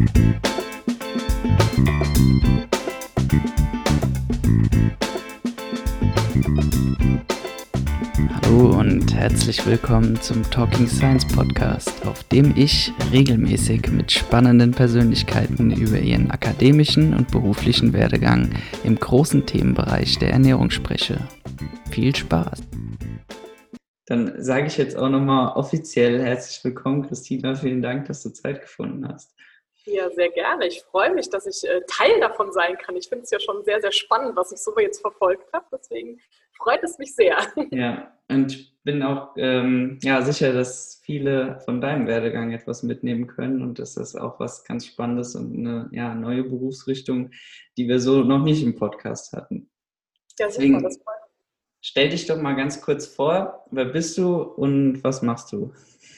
Hallo und herzlich willkommen zum Talking Science Podcast, auf dem ich regelmäßig mit spannenden Persönlichkeiten über ihren akademischen und beruflichen Werdegang im großen Themenbereich der Ernährung spreche. Viel Spaß! Dann sage ich jetzt auch nochmal offiziell herzlich willkommen, Christina. Vielen Dank, dass du Zeit gefunden hast. Ja, sehr gerne. Ich freue mich, dass ich Teil davon sein kann. Ich finde es ja schon sehr, sehr spannend, was ich so jetzt verfolgt habe. Deswegen freut es mich sehr. Ja, und ich bin auch sicher, dass viele von deinem Werdegang etwas mitnehmen können und dass das auch was ganz Spannendes und eine neue Berufsrichtung, die wir so noch nicht im Podcast hatten. Ja, Deswegen, super, das freut mich. Stell dich doch mal ganz kurz vor, wer bist du und was machst du?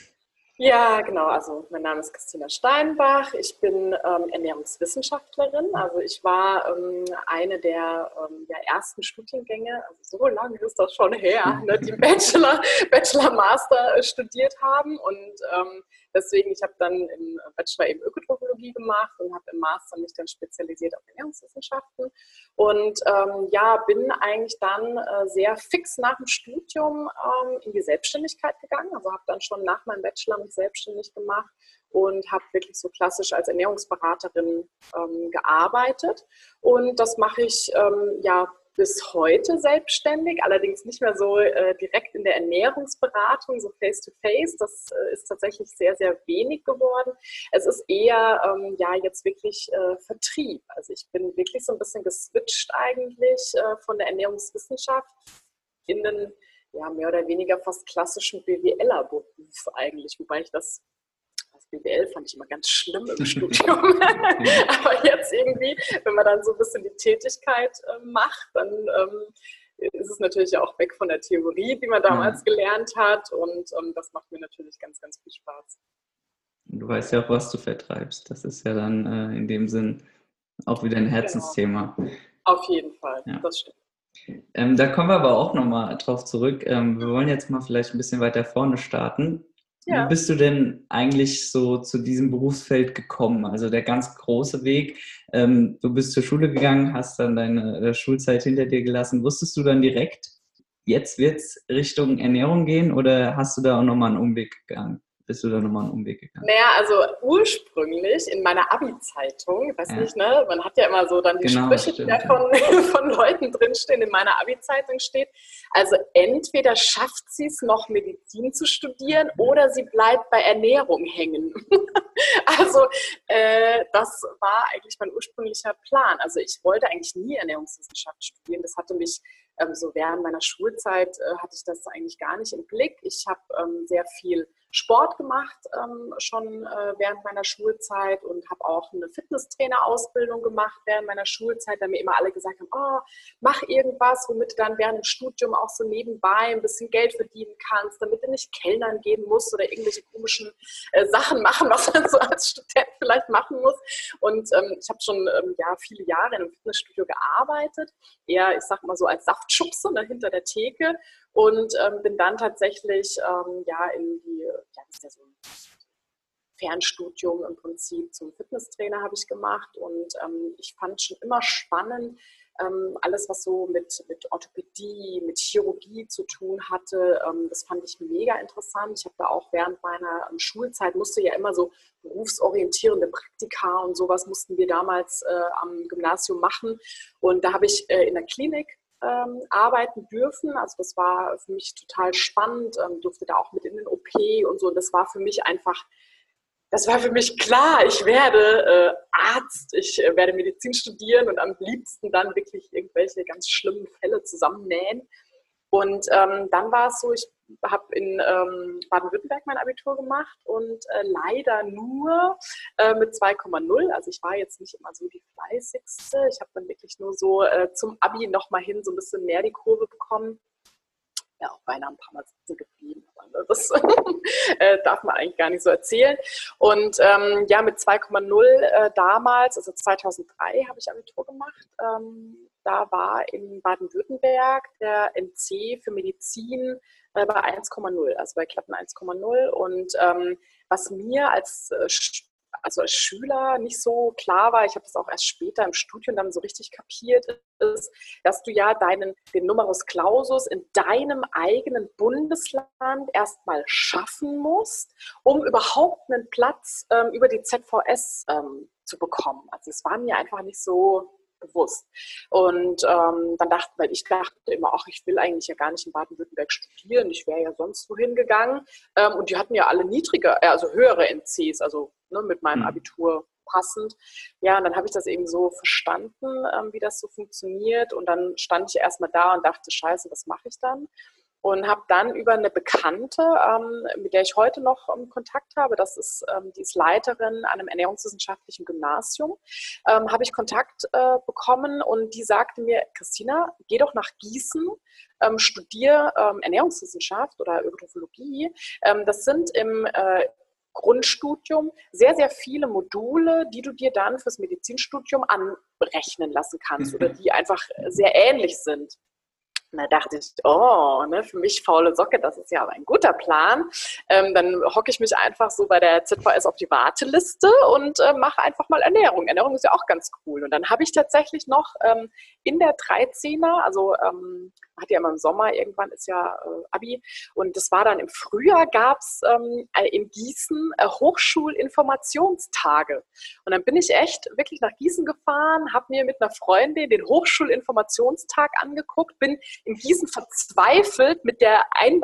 Ja, genau. Also mein Name ist Christina Steinbach. Ich bin Ernährungswissenschaftlerin. Also ich war eine der ersten Studiengänge, also so lange ist das schon her, ne, die Bachelor, Master studiert haben. Und deswegen, ich habe dann im Bachelor eben Ökotrophologie gemacht und habe im Master mich dann spezialisiert auf Ernährungswissenschaften. Und bin eigentlich dann sehr fix nach dem Studium in die Selbstständigkeit gegangen. Also habe dann schon nach meinem Bachelor mich selbstständig gemacht und habe wirklich so klassisch als Ernährungsberaterin gearbeitet. Und das mache ich bis heute selbstständig, allerdings nicht mehr so direkt in der Ernährungsberatung, so face-to-face. Das ist tatsächlich sehr, sehr wenig geworden. Es ist eher jetzt wirklich Vertrieb. Also ich bin wirklich so ein bisschen geswitcht eigentlich von der Ernährungswissenschaft in den mehr oder weniger fast klassischen BWLer-Beruf eigentlich, wobei ich das BWL fand ich immer ganz schlimm im Studium. Aber jetzt irgendwie, wenn man dann so ein bisschen die Tätigkeit macht, dann ist es natürlich auch weg von der Theorie, die man damals gelernt hat. Und das macht mir natürlich ganz, ganz viel Spaß. Du weißt ja auch, was du vertreibst. Das ist ja dann in dem Sinn auch wieder ein Herzensthema. Genau. Auf jeden Fall, das stimmt. Da kommen wir aber auch nochmal drauf zurück. Wir wollen jetzt mal vielleicht ein bisschen weiter vorne starten. Ja. Wie bist du denn eigentlich so zu diesem Berufsfeld gekommen? Also der ganz große Weg. Du bist zur Schule gegangen, hast dann deine Schulzeit hinter dir gelassen. Wusstest du dann direkt, jetzt wird es Richtung Ernährung gehen oder hast du da auch nochmal einen Umweg gegangen? Bist du da nochmal einen Umweg gegangen? Naja, also ursprünglich in meiner Abi-Zeitung, weiß nicht, ne? Man hat ja immer so dann die Sprüche, die da von Leuten drinstehen, in meiner Abi-Zeitung steht. Also entweder schafft sie es noch, Medizin zu studieren oder sie bleibt bei Ernährung hängen. Also das war eigentlich mein ursprünglicher Plan. Also ich wollte eigentlich nie Ernährungswissenschaft studieren. Das hatte mich so während meiner Schulzeit hatte ich das eigentlich gar nicht im Blick. Ich habe sehr viel Sport gemacht schon während meiner Schulzeit und habe auch eine Fitnesstrainer-Ausbildung gemacht während meiner Schulzeit, da mir immer alle gesagt haben, oh, mach irgendwas, womit du dann während dem Studium auch so nebenbei ein bisschen Geld verdienen kannst, damit du nicht Kellnern gehen musst oder irgendwelche komischen Sachen machen, was man so als Student vielleicht machen muss. Und ich habe schon viele Jahre in einem Fitnessstudio gearbeitet, eher, ich sag mal so, als Saftschubse hinter der Theke. Und bin dann tatsächlich in die, das ist ja so ein Fernstudium im Prinzip zum Fitnesstrainer habe ich gemacht. Und ich fand schon immer spannend, alles, was so mit Orthopädie, mit Chirurgie zu tun hatte, das fand ich mega interessant. Ich habe da auch während meiner Schulzeit, musste ja immer so berufsorientierende Praktika und sowas mussten wir damals am Gymnasium machen. Und da habe ich in der Klinik arbeiten dürfen. Also das war für mich total spannend, durfte da auch mit in den OP und so. Und das war für mich klar, ich werde Arzt, ich werde Medizin studieren und am liebsten dann wirklich irgendwelche ganz schlimmen Fälle zusammennähen. Und dann war es so, ich habe in Baden-Württemberg mein Abitur gemacht und leider nur mit 2,0. Also ich war jetzt nicht immer so die Fleißigste. Ich habe dann wirklich nur so zum Abi nochmal hin so ein bisschen mehr die Kurve bekommen. Ja, auch beinahe ein paar Mal sitzen geblieben. Aber das darf man eigentlich gar nicht so erzählen. Und mit 2,0 damals, also 2003 habe ich Abitur gemacht. Da war in Baden-Württemberg der NC für Medizin bei 1,0, also bei glatten 1,0. Und was mir als also als Schüler nicht so klar war, ich habe das auch erst später im Studium dann so richtig kapiert, ist, dass du ja den Numerus Clausus in deinem eigenen Bundesland erstmal schaffen musst, um überhaupt einen Platz über die ZVS zu bekommen. Also es war mir einfach nicht so bewusst. Und weil ich dachte immer, ach, ich will eigentlich ja gar nicht in Baden-Württemberg studieren, ich wäre ja sonst wohin gegangen. Und die hatten ja alle also höhere NCs, also ne, mit meinem Abitur passend. Ja, und dann habe ich das eben so verstanden, wie das so funktioniert. Und dann stand ich erstmal da und dachte, scheiße, was mache ich dann? Und habe dann über eine Bekannte, mit der ich heute noch Kontakt habe, die ist Leiterin an einem ernährungswissenschaftlichen Gymnasium, habe ich Kontakt bekommen und die sagte mir, Christina, geh doch nach Gießen, studier Ernährungswissenschaft oder Ökotrophologie. Das sind im Grundstudium sehr, sehr viele Module, die du dir dann fürs Medizinstudium anrechnen lassen kannst oder die einfach sehr ähnlich sind. Und da dachte ich, oh, ne, für mich faule Socke, das ist ja aber ein guter Plan. Dann hocke ich mich einfach so bei der ZVS auf die Warteliste und mache einfach mal Ernährung. Ernährung ist ja auch ganz cool. Und dann habe ich tatsächlich noch in der 13er, also man hat ja immer im Sommer, irgendwann ist ja Abi, und das war dann im Frühjahr, gab es in Gießen Hochschulinformationstage. Und dann bin ich echt wirklich nach Gießen gefahren, habe mir mit einer Freundin den Hochschulinformationstag angeguckt, bin in Gießen verzweifelt mit der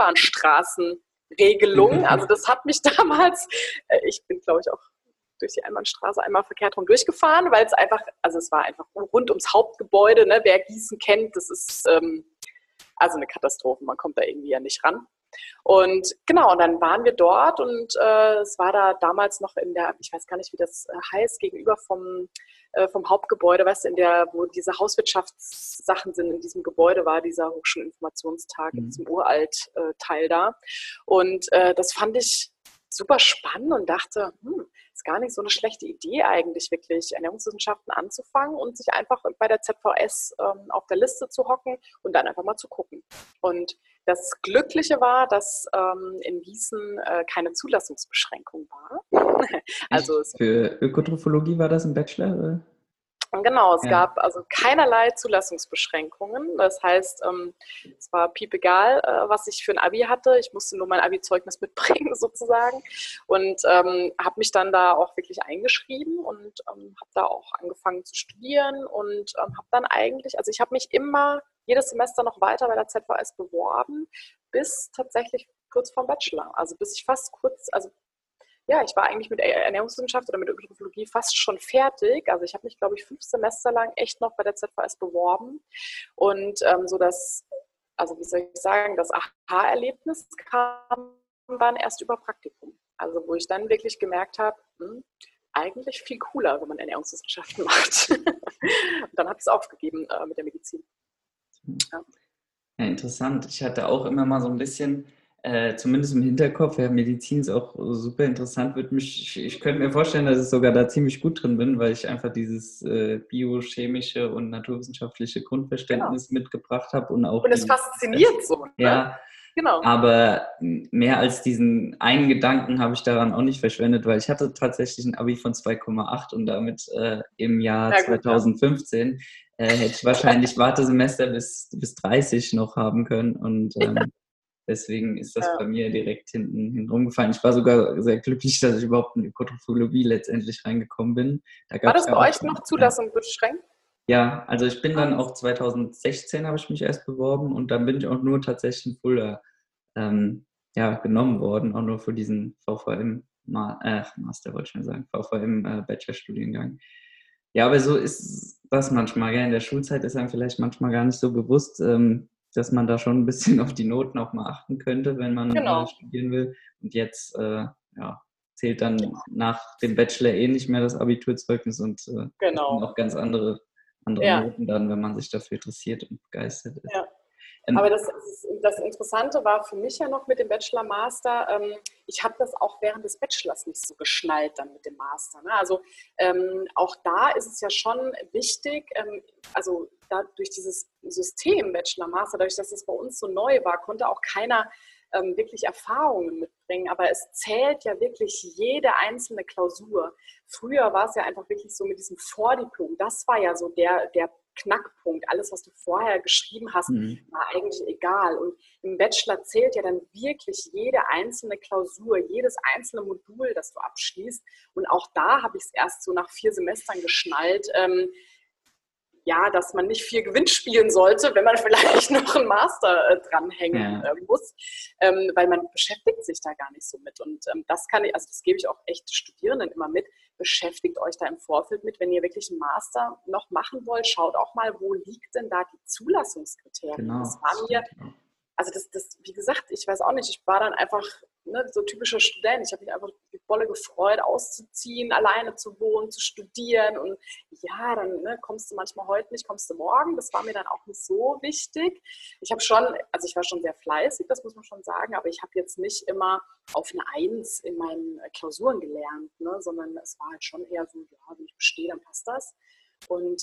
Einbahnstraßenregelung. Also das hat mich damals, ich bin glaube ich auch durch die Einbahnstraße einmal verkehrt rum durchgefahren, weil es einfach, also es war einfach rund ums Hauptgebäude, ne? Wer Gießen kennt, das ist also eine Katastrophe, man kommt da irgendwie ja nicht ran. Und genau, und dann waren wir dort und es war da damals noch ich weiß gar nicht, wie das heißt, gegenüber vom Hauptgebäude, weißt du, wo diese Hauswirtschaftssachen sind, in diesem Gebäude war dieser Hochschulinformationstag, in diesem Uralt-Teil da. Und das fand ich super spannend und dachte, ist gar nicht so eine schlechte Idee eigentlich, wirklich Ernährungswissenschaften anzufangen und sich einfach bei der ZVS auf der Liste zu hocken und dann einfach mal zu gucken. Und das Glückliche war, dass in Gießen keine Zulassungsbeschränkung war. Also für Ökotrophologie war das im Bachelor? Oder? Genau, es gab also keinerlei Zulassungsbeschränkungen. Das heißt, es war piepegal, was ich für ein Abi hatte. Ich musste nur mein Abi-Zeugnis mitbringen sozusagen und habe mich dann da auch wirklich eingeschrieben und habe da auch angefangen zu studieren und habe dann eigentlich, also ich habe mich immer jedes Semester noch weiter bei der ZVS beworben, bis tatsächlich kurz vorm Bachelor. Also bis ich fast kurz, also ja, ich war eigentlich mit Ernährungswissenschaft oder mit Ökotrophologie fast schon fertig. Also ich habe mich, glaube ich, 5 Semester lang echt noch bei der ZVS beworben. Und also wie soll ich sagen, das Aha-Erlebnis kam dann erst über Praktikum. Also wo ich dann wirklich gemerkt habe, eigentlich viel cooler, wenn man Ernährungswissenschaften macht. Und dann habe ich es aufgegeben mit der Medizin. Ja, interessant. Ich hatte auch immer mal so ein bisschen zumindest im Hinterkopf, ja, Medizin ist auch super interessant. Ich könnte mir vorstellen, dass ich sogar da ziemlich gut drin bin, weil ich einfach dieses biochemische und naturwissenschaftliche Grundverständnis mitgebracht habe. Und es fasziniert so. Ne? Ja, genau. Aber mehr als diesen einen Gedanken habe ich daran auch nicht verschwendet, weil ich hatte tatsächlich ein Abi von 2,8 und damit im Jahr 2015 hätte ich wahrscheinlich Wartesemester bis 30 noch haben können und deswegen ist das bei mir direkt hinten rumgefallen. Ich war sogar sehr glücklich, dass ich überhaupt in Ökotrophologie letztendlich reingekommen bin. War das bei euch noch Zulassung beschränkt? Ja, also ich bin dann auch 2016 habe ich mich erst beworben und dann bin ich auch nur tatsächlich in Fulda genommen worden, auch nur für diesen VVM Master, wollte ich mal sagen, VVM Bachelorstudiengang. Ja, aber so ist das manchmal. Ja. In der Schulzeit ist einem vielleicht manchmal gar nicht so bewusst, dass man da schon ein bisschen auf die Noten auch mal achten könnte, wenn man studieren will. Und jetzt zählt dann nach dem Bachelor nicht mehr das Abiturzeugnis und auch ganz andere Noten dann, wenn man sich dafür interessiert und begeistert ist. Ja. Aber das Interessante war für mich ja noch mit dem Bachelor-Master, ich habe das auch während des Bachelors nicht so geschnallt dann mit dem Master. Ne? Also auch da ist es ja schon wichtig, also da durch dieses System Bachelor-Master, dadurch, dass es bei uns so neu war, konnte auch keiner wirklich Erfahrungen mitbringen, aber es zählt ja wirklich jede einzelne Klausur. Früher war es ja einfach wirklich so mit diesem Vordiplom, das war ja so der Knackpunkt. Alles, was du vorher geschrieben hast, war eigentlich egal. Und im Bachelor zählt ja dann wirklich jede einzelne Klausur, jedes einzelne Modul, das du abschließt. Und auch da habe ich es erst so nach 4 Semestern geschnallt, ja, dass man nicht viel Gewinn spielen sollte, wenn man vielleicht noch einen Master dranhängen muss, weil man beschäftigt sich da gar nicht so mit. Und das kann ich, also das gebe ich auch echt Studierenden immer mit. Beschäftigt euch da im Vorfeld mit, wenn ihr wirklich einen Master noch machen wollt, schaut auch mal, wo liegt denn da die Zulassungskriterien. Genau. Das war mir, also das, wie gesagt, ich weiß auch nicht, ich war dann einfach so typischer Student. Ich habe mich einfach die Bolle gefreut, auszuziehen, alleine zu wohnen, zu studieren. Und ja, dann kommst du manchmal heute nicht, kommst du morgen. Das war mir dann auch nicht so wichtig. Ich war schon sehr fleißig, das muss man schon sagen, aber ich habe jetzt nicht immer auf eine 1 in meinen Klausuren gelernt, sondern es war halt schon eher so, ja, wenn ich bestehe, dann passt das. Und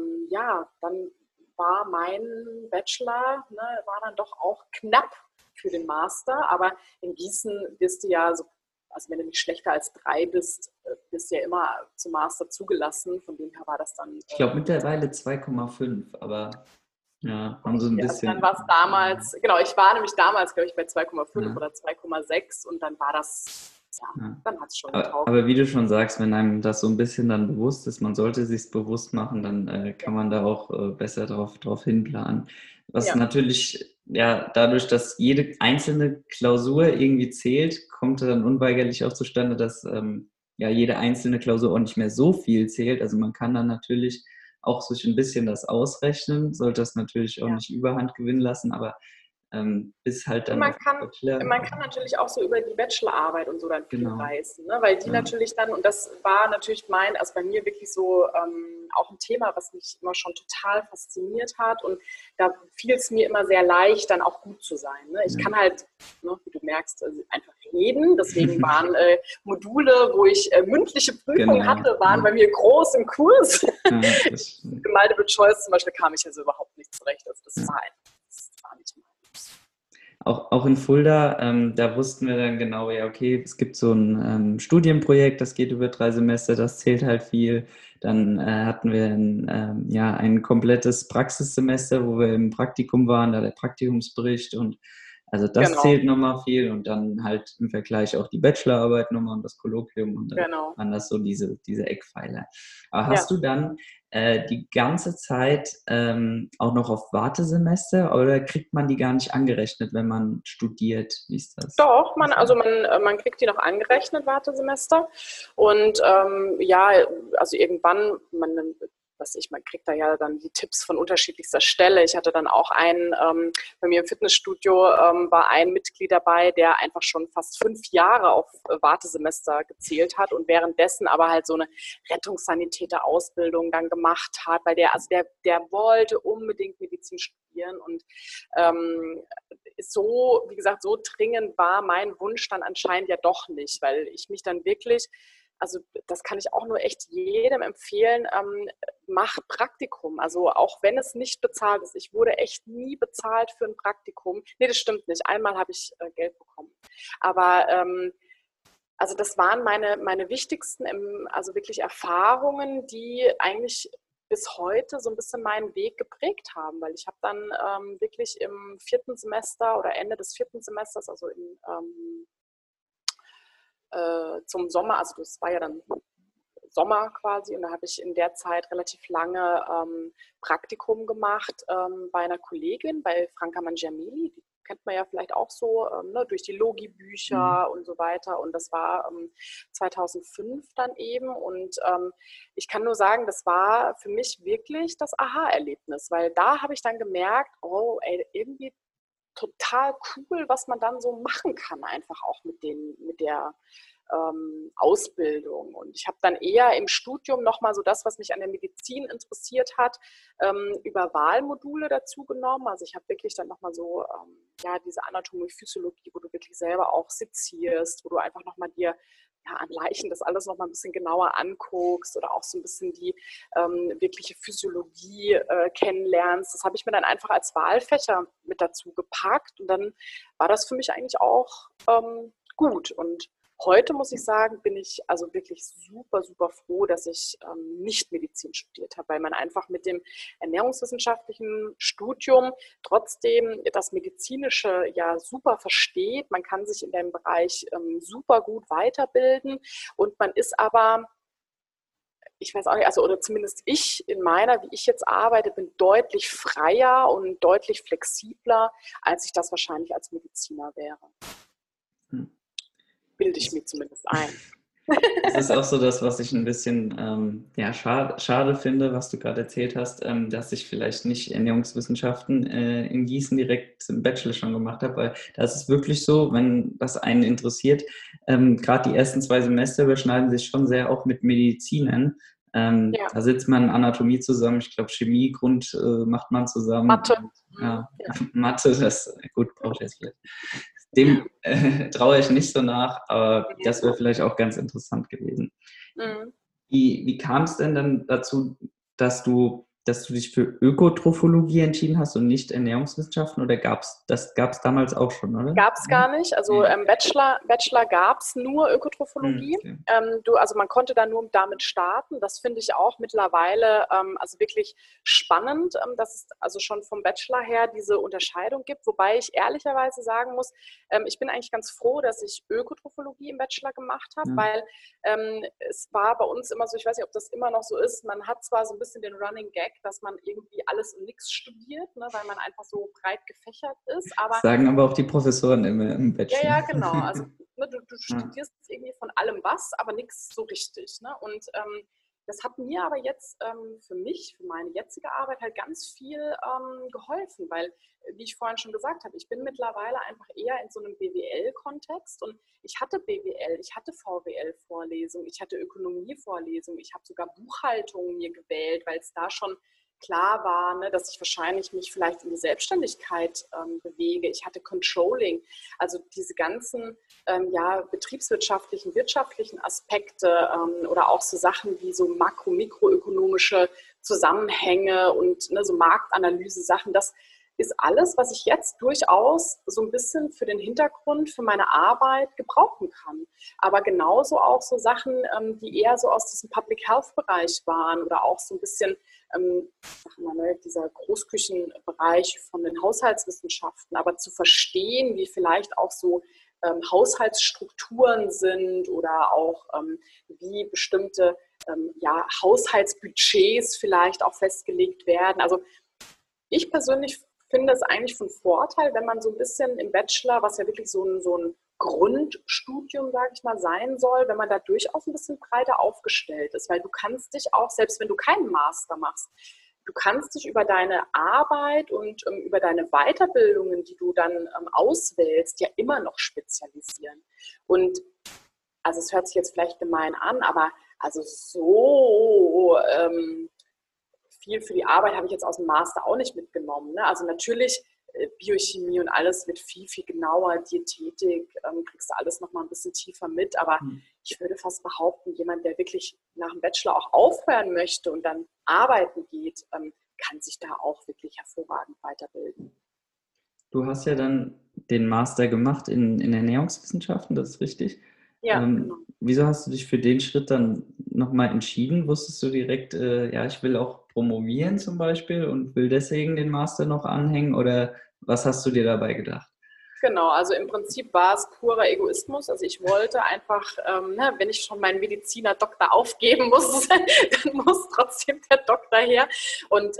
dann war mein Bachelor, war dann doch auch knapp für den Master, aber in Gießen bist du ja so, also wenn du nicht schlechter als 3 bist, bist du ja immer zum Master zugelassen, von dem her war das dann... Ich glaube mittlerweile 2,5, aber ja, haben so ein bisschen... Also dann war es damals, genau, ich war nämlich damals, glaube ich, bei 2,5 oder 2,6 und dann war das... Dann hat es schon getaugt. Aber wie du schon sagst, wenn einem das so ein bisschen dann bewusst ist, man sollte sich bewusst machen, dann kann man da auch besser drauf hinplanen. Was natürlich, dadurch, dass jede einzelne Klausur irgendwie zählt, kommt dann unweigerlich auch zustande, dass jede einzelne Klausur auch nicht mehr so viel zählt. Also man kann dann natürlich auch sich ein bisschen das ausrechnen, sollte das natürlich auch nicht Überhand gewinnen lassen, aber bis halt dann man kann natürlich auch so über die Bachelorarbeit und so dann viel reißen, weil die natürlich dann, und das war natürlich also bei mir wirklich so auch ein Thema, was mich immer schon total fasziniert hat und da fiel es mir immer sehr leicht, dann auch gut zu sein. Ich kann halt, wie du merkst, einfach reden, deswegen waren Module, wo ich mündliche Prüfungen hatte, waren bei mir groß im Kurs. Multiple Choice zum Beispiel kam ich also überhaupt nicht zurecht, also das war nicht mal. Auch in Fulda, da wussten wir dann genau, okay, es gibt so ein Studienprojekt, das geht über 3 Semester, das zählt halt viel. Dann hatten wir ein komplettes Praxissemester, wo wir im Praktikum waren, da der Praktikumsbericht und also das zählt nochmal viel und dann halt im Vergleich auch die Bachelorarbeit nochmal und das Kolloquium und dann waren das so diese Eckpfeiler. Aber hast du dann die ganze Zeit auch noch auf Wartesemester oder kriegt man die gar nicht angerechnet, wenn man studiert? Wie ist das? Doch, man kriegt die noch angerechnet, Wartesemester. Und also irgendwann, man kriegt da ja dann die Tipps von unterschiedlichster Stelle. Ich hatte dann auch bei mir im Fitnessstudio war ein Mitglied dabei, der einfach schon fast 5 Jahre auf Wartesemester gezählt hat und währenddessen aber halt so eine Rettungssanitäter-Ausbildung dann gemacht hat, weil der wollte unbedingt Medizin studieren und so, wie gesagt, so dringend war mein Wunsch dann anscheinend ja doch nicht, weil ich mich dann wirklich, also das kann ich auch nur echt jedem empfehlen, mach Praktikum. Also auch wenn es nicht bezahlt ist. Ich wurde echt nie bezahlt für ein Praktikum. Nee, das stimmt nicht. Einmal habe ich Geld bekommen. Aber also das waren meine wichtigsten, also wirklich Erfahrungen, die eigentlich bis heute so ein bisschen meinen Weg geprägt haben, weil ich habe dann wirklich im 4. Semester oder Ende des 4. Semesters, also zum Sommer, also das war ja dann Sommer quasi und da habe ich in der Zeit relativ lange Praktikum gemacht bei einer Kollegin, bei Franka Mangiameli, die kennt man ja vielleicht auch so, durch die Logi-Bücher und so weiter und das war 2005 dann eben und ich kann nur sagen, das war für mich wirklich das Aha-Erlebnis, weil da habe ich dann gemerkt, oh ey, irgendwie total cool, was man dann so machen kann, einfach auch mit der Ausbildung. Und ich habe dann eher im Studium nochmal so das, was mich an der Medizin interessiert hat, über Wahlmodule dazu genommen. Also ich habe wirklich dann nochmal so diese Anatomie, Physiologie, wo du wirklich selber auch sezierst, wo du einfach nochmal dir an Leichen das alles noch mal ein bisschen genauer anguckst oder auch so ein bisschen die wirkliche Physiologie kennenlernst. Das habe ich mir dann einfach als Wahlfächer mit dazu gepackt und dann war das für mich eigentlich auch gut. Und heute muss ich sagen, bin ich also wirklich super, super froh, dass ich nicht Medizin studiert habe, weil man einfach mit dem ernährungswissenschaftlichen Studium trotzdem das Medizinische ja super versteht. Man kann sich in dem Bereich super gut weiterbilden und man ist aber, ich weiß auch nicht, also oder zumindest ich in meiner, wie ich jetzt arbeite, bin deutlich freier und deutlich flexibler, als ich das wahrscheinlich als Mediziner wäre. Bilde ich mir zumindest ein. Das ist auch so das, was ich ein bisschen schade finde, was du gerade erzählt hast, dass ich vielleicht nicht Ernährungswissenschaften in Gießen direkt im Bachelor schon gemacht habe, weil das ist wirklich so, wenn was einen interessiert, gerade die ersten 2 Semester überschneiden sich schon sehr auch mit Medizinen. Da sitzt man Anatomie zusammen, ich glaube Chemie, macht man zusammen. Mathe. Ja. Mathe, das gut, brauche ich jetzt vielleicht. Dem traue ich nicht so nach, aber das wäre vielleicht auch ganz interessant gewesen. Mhm. Wie kam es denn dann dazu, dass du dich für Ökotrophologie entschieden hast und nicht Ernährungswissenschaften? Oder gab's damals auch schon, oder? Gab es gar nicht. Also Bachelor gab es nur Ökotrophologie. Okay. Also man konnte da nur damit starten. Das finde ich auch mittlerweile also wirklich spannend, dass es also schon vom Bachelor her diese Unterscheidung gibt. Wobei ich ehrlicherweise sagen muss, ich bin eigentlich ganz froh, dass ich Ökotrophologie im Bachelor gemacht habe, weil es war bei uns immer so, ich weiß nicht, ob das immer noch so ist, man hat zwar so ein bisschen den Running Gag, dass man irgendwie alles und nichts studiert, ne, weil man einfach so breit gefächert ist. Aber sagen aber auch die Professoren immer im Bachelor. Ja, genau. Also ne, du studierst irgendwie von allem was, aber nichts so richtig. Ne? Und das hat mir aber jetzt für mich, für meine jetzige Arbeit halt ganz viel geholfen, weil, wie ich vorhin schon gesagt habe, ich bin mittlerweile einfach eher in so einem BWL-Kontext und ich hatte BWL, ich hatte VWL-Vorlesungen, ich hatte Ökonomie-Vorlesungen, ich habe sogar Buchhaltung mir gewählt, weil es da schon klar war, ne, dass ich wahrscheinlich mich vielleicht in die Selbstständigkeit bewege. Ich hatte Controlling, also diese ganzen betriebswirtschaftlichen, wirtschaftlichen Aspekte oder auch so Sachen wie so makro-mikroökonomische Zusammenhänge und ne, so Marktanalyse-Sachen, das ist alles, was ich jetzt durchaus so ein bisschen für den Hintergrund, für meine Arbeit gebrauchen kann. Aber genauso auch so Sachen, die eher so aus diesem Public Health-Bereich waren oder auch so ein bisschen dieser Großküchenbereich von den Haushaltswissenschaften, aber zu verstehen, wie vielleicht auch so Haushaltsstrukturen sind oder auch wie bestimmte Haushaltsbudgets vielleicht auch festgelegt werden. Also ich persönlich finde es eigentlich von Vorteil, wenn man so ein bisschen im Bachelor, was ja wirklich so ein Grundstudium, sage ich mal, sein soll, wenn man da durchaus ein bisschen breiter aufgestellt ist, weil du kannst dich auch, selbst wenn du keinen Master machst, du kannst dich über deine Arbeit und über deine Weiterbildungen, die du dann auswählst, ja immer noch spezialisieren. Und also es hört sich jetzt vielleicht gemein an, aber also so viel für die Arbeit habe ich jetzt aus dem Master auch nicht mitgenommen. Ne? Also natürlich Biochemie und alles wird viel, viel genauer, Diätetik, kriegst du alles nochmal ein bisschen tiefer mit, aber ich würde fast behaupten, jemand, der wirklich nach dem Bachelor auch aufhören möchte und dann arbeiten geht, kann sich da auch wirklich hervorragend weiterbilden. Du hast ja dann den Master gemacht in Ernährungswissenschaften, das ist richtig. Ja, genau. Wieso hast du dich für den Schritt dann nochmal entschieden? Wusstest du direkt, ich will auch promovieren zum Beispiel und will deswegen den Master noch anhängen oder was hast du dir dabei gedacht? Genau, also im Prinzip war es purer Egoismus. Also ich wollte einfach, wenn ich schon meinen Mediziner-Doktor aufgeben muss, dann muss trotzdem der Doktor her. Und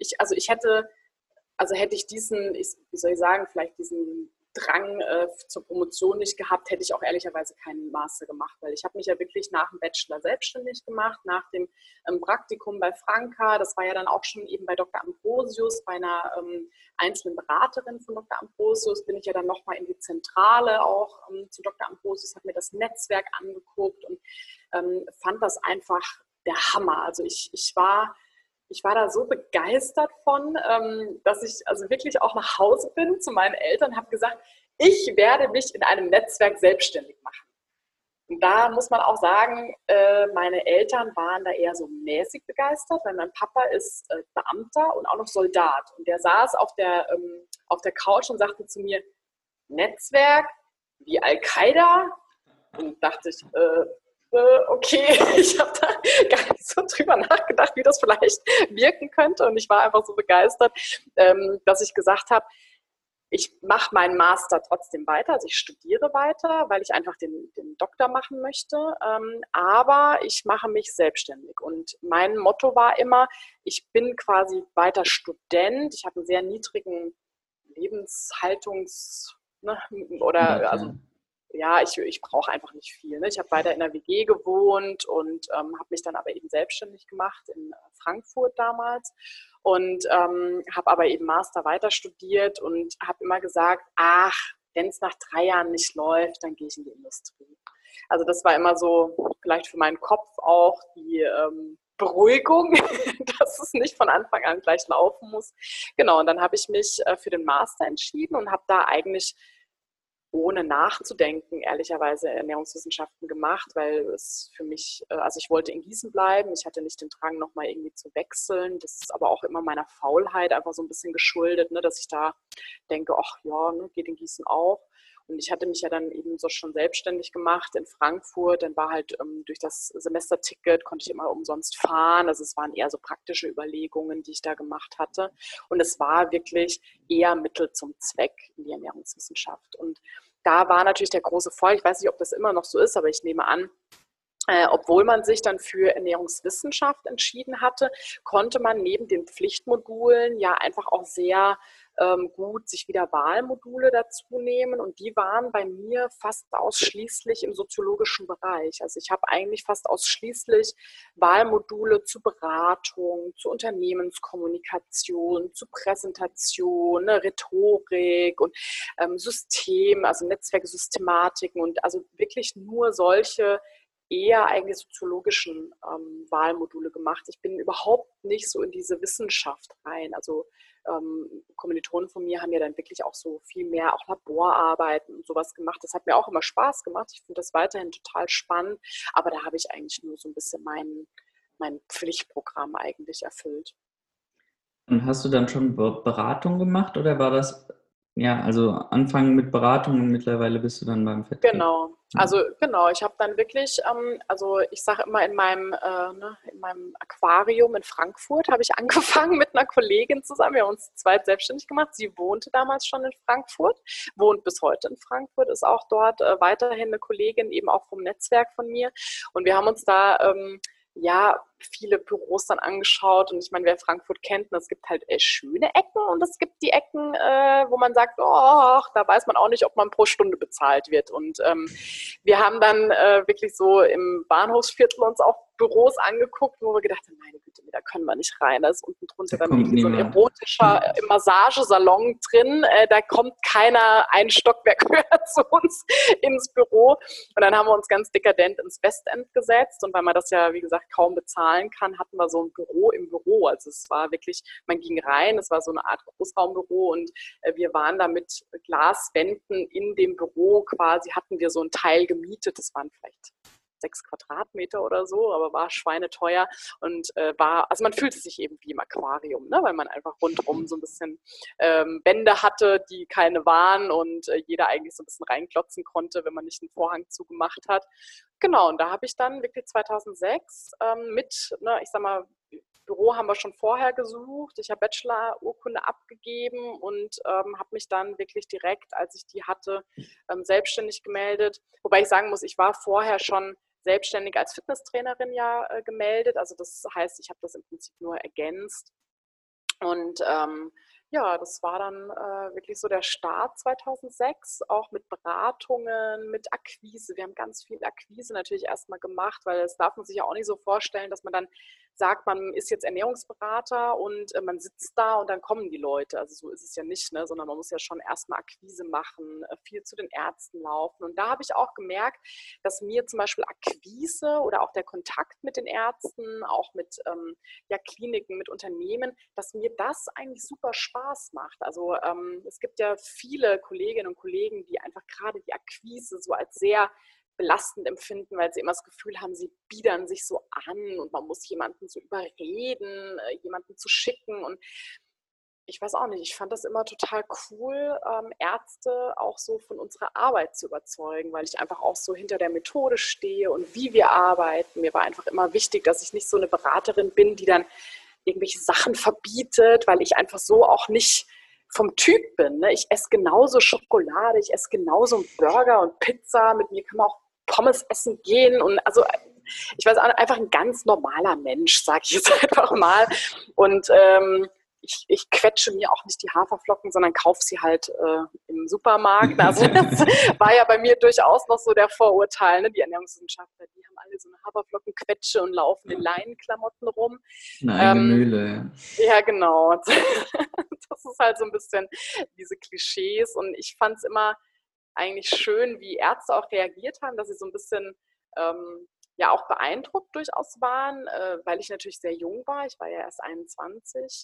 hätte ich diesen, wie soll ich sagen, vielleicht diesen Drang zur Promotion nicht gehabt, hätte ich auch ehrlicherweise keinen Master gemacht, weil ich habe mich ja wirklich nach dem Bachelor selbstständig gemacht, nach dem Praktikum bei Franka, das war ja dann auch schon eben bei Dr. Ambrosius, bei einer einzelnen Beraterin von Dr. Ambrosius, bin ich ja dann nochmal in die Zentrale auch zu Dr. Ambrosius, habe mir das Netzwerk angeguckt und fand das einfach der Hammer. Also ich war da so begeistert von, dass ich also wirklich auch nach Hause bin zu meinen Eltern und habe gesagt, ich werde mich in einem Netzwerk selbstständig machen. Und da muss man auch sagen, meine Eltern waren da eher so mäßig begeistert, weil mein Papa ist Beamter und auch noch Soldat. Und der saß auf der Couch und sagte zu mir, Netzwerk wie Al-Qaida? Und dachte ich, okay, ich habe da gar nicht so drüber nachgedacht, wie das vielleicht wirken könnte. Und ich war einfach so begeistert, dass ich gesagt habe, ich mache meinen Master trotzdem weiter, also ich studiere weiter, weil ich einfach den Doktor machen möchte, aber ich mache mich selbstständig. Und mein Motto war immer, ich bin quasi weiter Student, ich habe einen sehr niedrigen Lebenshaltungs- ne, oder also Ja. ja, ich brauche einfach nicht viel. Ne? Ich habe weiter in der WG gewohnt und habe mich dann aber eben selbstständig gemacht in Frankfurt damals und habe aber eben Master weiter studiert und habe immer gesagt, ach, wenn es nach 3 Jahren nicht läuft, dann gehe ich in die Industrie. Also das war immer so vielleicht für meinen Kopf auch die Beruhigung, dass es nicht von Anfang an gleich laufen muss. Genau, und dann habe ich mich für den Master entschieden und habe da eigentlich ohne nachzudenken, ehrlicherweise Ernährungswissenschaften gemacht, weil es für mich, also ich wollte in Gießen bleiben, ich hatte nicht den Drang, nochmal irgendwie zu wechseln. Das ist aber auch immer meiner Faulheit einfach so ein bisschen geschuldet, ne, dass ich da denke, ach ja, ne, geht in Gießen auch. Und ich hatte mich ja dann eben so schon selbstständig gemacht in Frankfurt. Dann war halt durch das Semesterticket konnte ich immer umsonst fahren. Also es waren eher so praktische Überlegungen, die ich da gemacht hatte. Und es war wirklich eher Mittel zum Zweck in die Ernährungswissenschaft. Und da war natürlich der große Vorteil, ich weiß nicht, ob das immer noch so ist, aber ich nehme an, obwohl man sich dann für Ernährungswissenschaft entschieden hatte, konnte man neben den Pflichtmodulen ja einfach auch sehr gut sich wieder Wahlmodule dazu nehmen. Und die waren bei mir fast ausschließlich im soziologischen Bereich. Also ich habe eigentlich fast ausschließlich Wahlmodule zu Beratung, zu Unternehmenskommunikation, zu Präsentation, ne, Rhetorik und System, also Netzwerksystematiken und also wirklich nur solche eher eigentlich soziologischen Wahlmodule gemacht. Ich bin überhaupt nicht so in diese Wissenschaft rein. Also Kommilitonen von mir haben ja dann wirklich auch so viel mehr auch Laborarbeiten und sowas gemacht. Das hat mir auch immer Spaß gemacht. Ich finde das weiterhin total spannend. Aber da habe ich eigentlich nur so ein bisschen mein Pflichtprogramm eigentlich erfüllt. Und hast du dann schon Beratung gemacht oder war das, ja, also Anfang mit Beratung und mittlerweile bist du dann beim Vertrieb? Genau. Ja. Also genau, ich habe dann wirklich, also ich sage immer in meinem Aquarium in Frankfurt habe ich angefangen mit einer Kollegin zusammen. Wir haben uns zu zweit selbstständig gemacht. Sie wohnte damals schon in Frankfurt, wohnt bis heute in Frankfurt, ist auch dort weiterhin eine Kollegin, eben auch vom Netzwerk von mir. Und wir haben uns da ja, viele Büros dann angeschaut und ich meine, wer Frankfurt kennt, es gibt halt schöne Ecken und es gibt die Ecken, wo man sagt, oh, da weiß man auch nicht, ob man pro Stunde bezahlt wird. Und wir haben dann wirklich so im Bahnhofsviertel uns auch Büros angeguckt, wo wir gedacht haben, meine Güte, da können wir nicht rein. Da ist unten drunter Da dann kommt irgendwie so ein niemand. erotischer Massagesalon drin. Da kommt keiner ein Stockwerk höher zu uns ins Büro. Und dann haben wir uns ganz dekadent ins Westend gesetzt. Und weil man das ja, wie gesagt, kaum bezahlen kann, hatten wir so ein Büro im Büro. Also es war wirklich, man ging rein, es war so eine Art Großraumbüro und wir waren da mit Glaswänden in dem Büro quasi, hatten wir so ein Teil gemietet. Das waren vielleicht 6 Quadratmeter oder so, aber war schweineteuer und also man fühlte sich eben wie im Aquarium, ne? Weil man einfach rundherum so ein bisschen Wände hatte, die keine waren und jeder eigentlich so ein bisschen reinklotzen konnte, wenn man nicht einen Vorhang zugemacht hat. Genau, und da habe ich dann wirklich 2006 ne, ich sag mal, Büro haben wir schon vorher gesucht. Ich habe Bachelor-Urkunde abgegeben und habe mich dann wirklich direkt, als ich die hatte, selbstständig gemeldet. Wobei ich sagen muss, ich war vorher schon selbstständig als Fitnesstrainerin ja gemeldet. Also das heißt, ich habe das im Prinzip nur ergänzt. Und ja, das war dann wirklich so der Start 2006, auch mit Beratungen, mit Akquise. Wir haben ganz viel Akquise natürlich erstmal gemacht, weil das darf man sich ja auch nicht so vorstellen, dass man dann sagt, man ist jetzt Ernährungsberater und man sitzt da und dann kommen die Leute. Also so ist es ja nicht, ne? Sondern man muss ja schon erstmal Akquise machen, viel zu den Ärzten laufen. Und da habe ich auch gemerkt, dass mir zum Beispiel Akquise oder auch der Kontakt mit den Ärzten, auch mit ja, Kliniken, mit Unternehmen, dass mir das eigentlich super Spaß macht. Also es gibt ja viele Kolleginnen und Kollegen, die einfach gerade die Akquise so als sehr belastend empfinden, weil sie immer das Gefühl haben, sie biedern sich so an und man muss jemanden so überreden, jemanden zu schicken. Und ich weiß auch nicht, ich fand das immer total cool, Ärzte auch so von unserer Arbeit zu überzeugen, weil ich einfach auch so hinter der Methode stehe und wie wir arbeiten. Mir war einfach immer wichtig, dass ich nicht so eine Beraterin bin, die dann irgendwelche Sachen verbietet, weil ich einfach so auch nicht vom Typ bin. Ne? Ich esse genauso Schokolade, ich esse genauso einen Burger und Pizza. Mit mir kann man auch Pommes essen gehen. Und also ich weiß auch, einfach ein ganz normaler Mensch, sage ich jetzt einfach mal. Und ich quetsche mir auch nicht die Haferflocken, sondern kaufe sie halt im Supermarkt. Also das war ja bei mir durchaus noch so der Vorurteil. Ne? Die Ernährungswissenschaftler, die haben alle so eine Haferflockenquetsche und laufen in Leinenklamotten rum. Eine eigene Mühle. Ja, genau. Das ist halt so ein bisschen diese Klischees. Und ich fand es immer eigentlich schön, wie Ärzte auch reagiert haben, dass sie so ein bisschen ja auch beeindruckt durchaus waren, weil ich natürlich sehr jung war. Ich war ja erst 21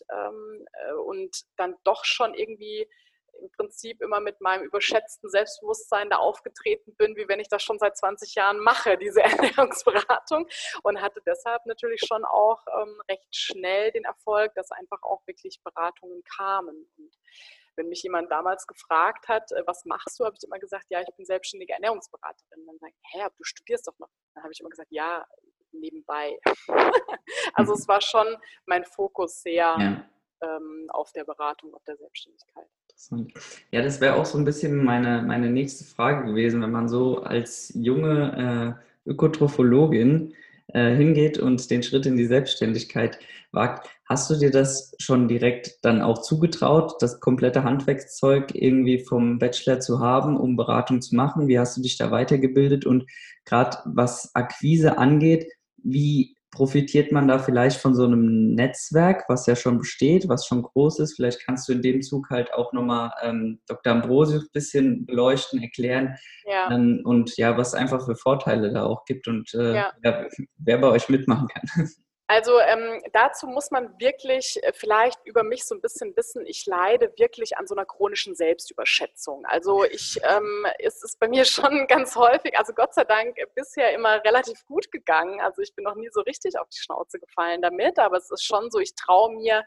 und dann doch schon irgendwie im Prinzip immer mit meinem überschätzten Selbstbewusstsein da aufgetreten bin, wie wenn ich das schon seit 20 Jahren mache, diese Ernährungsberatung, und hatte deshalb natürlich schon auch recht schnell den Erfolg, dass einfach auch wirklich Beratungen kamen. Und wenn mich jemand damals gefragt hat, was machst du, habe ich immer gesagt, ja, ich bin selbstständige Ernährungsberaterin. Dann sagt, hä, aber du studierst doch noch. Dann habe ich immer gesagt, ja, nebenbei. Also es war schon mein Fokus sehr auf der Beratung, auf der Selbstständigkeit. Ja, das wäre auch so ein bisschen meine nächste Frage gewesen, wenn man so als junge Ökotrophologin hingeht und den Schritt in die Selbstständigkeit wagt. Hast du dir das schon direkt dann auch zugetraut, das komplette Handwerkszeug irgendwie vom Bachelor zu haben, um Beratung zu machen? Wie hast du dich da weitergebildet? Und gerade was Akquise angeht, wie profitiert man da vielleicht von so einem Netzwerk, was ja schon besteht, was schon groß ist? Vielleicht kannst du in dem Zug halt auch nochmal Dr. Ambrosius ein bisschen beleuchten, erklären, Ja. Und ja, was es einfach für Vorteile da auch gibt und Ja. ja, wer bei euch mitmachen kann. Also dazu muss man wirklich vielleicht über mich so ein bisschen wissen, ich leide wirklich an so einer chronischen Selbstüberschätzung. Also es ist bei mir schon ganz häufig, also Gott sei Dank bisher immer relativ gut gegangen. Also ich bin noch nie so richtig auf die Schnauze gefallen damit, aber es ist schon so, ich traue mir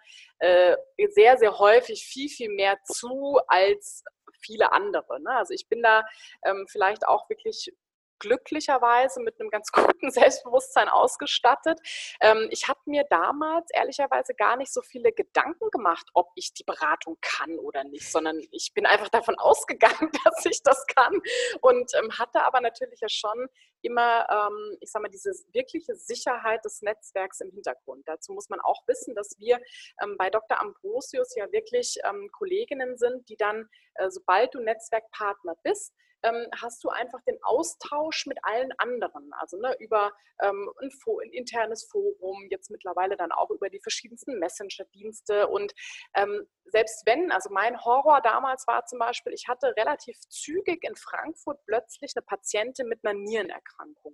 sehr, sehr häufig viel, viel mehr zu als viele andere. Ne? Also ich bin da vielleicht auch wirklich glücklicherweise mit einem ganz guten Selbstbewusstsein ausgestattet. Ich habe mir damals ehrlicherweise gar nicht so viele Gedanken gemacht, ob ich die Beratung kann oder nicht, sondern ich bin einfach davon ausgegangen, dass ich das kann, und hatte aber natürlich ja schon immer, ich sage mal, diese wirkliche Sicherheit des Netzwerks im Hintergrund. Dazu muss man auch wissen, dass wir bei Dr. Ambrosius ja wirklich Kolleginnen sind, die dann, sobald du Netzwerkpartner bist, hast du einfach den Austausch mit allen anderen, also ne, über ein internes Forum, jetzt mittlerweile dann auch über die verschiedensten Messenger-Dienste. Und selbst wenn, also mein Horror damals war zum Beispiel, ich hatte relativ zügig in Frankfurt plötzlich eine Patientin mit einer Nierenerkrankung.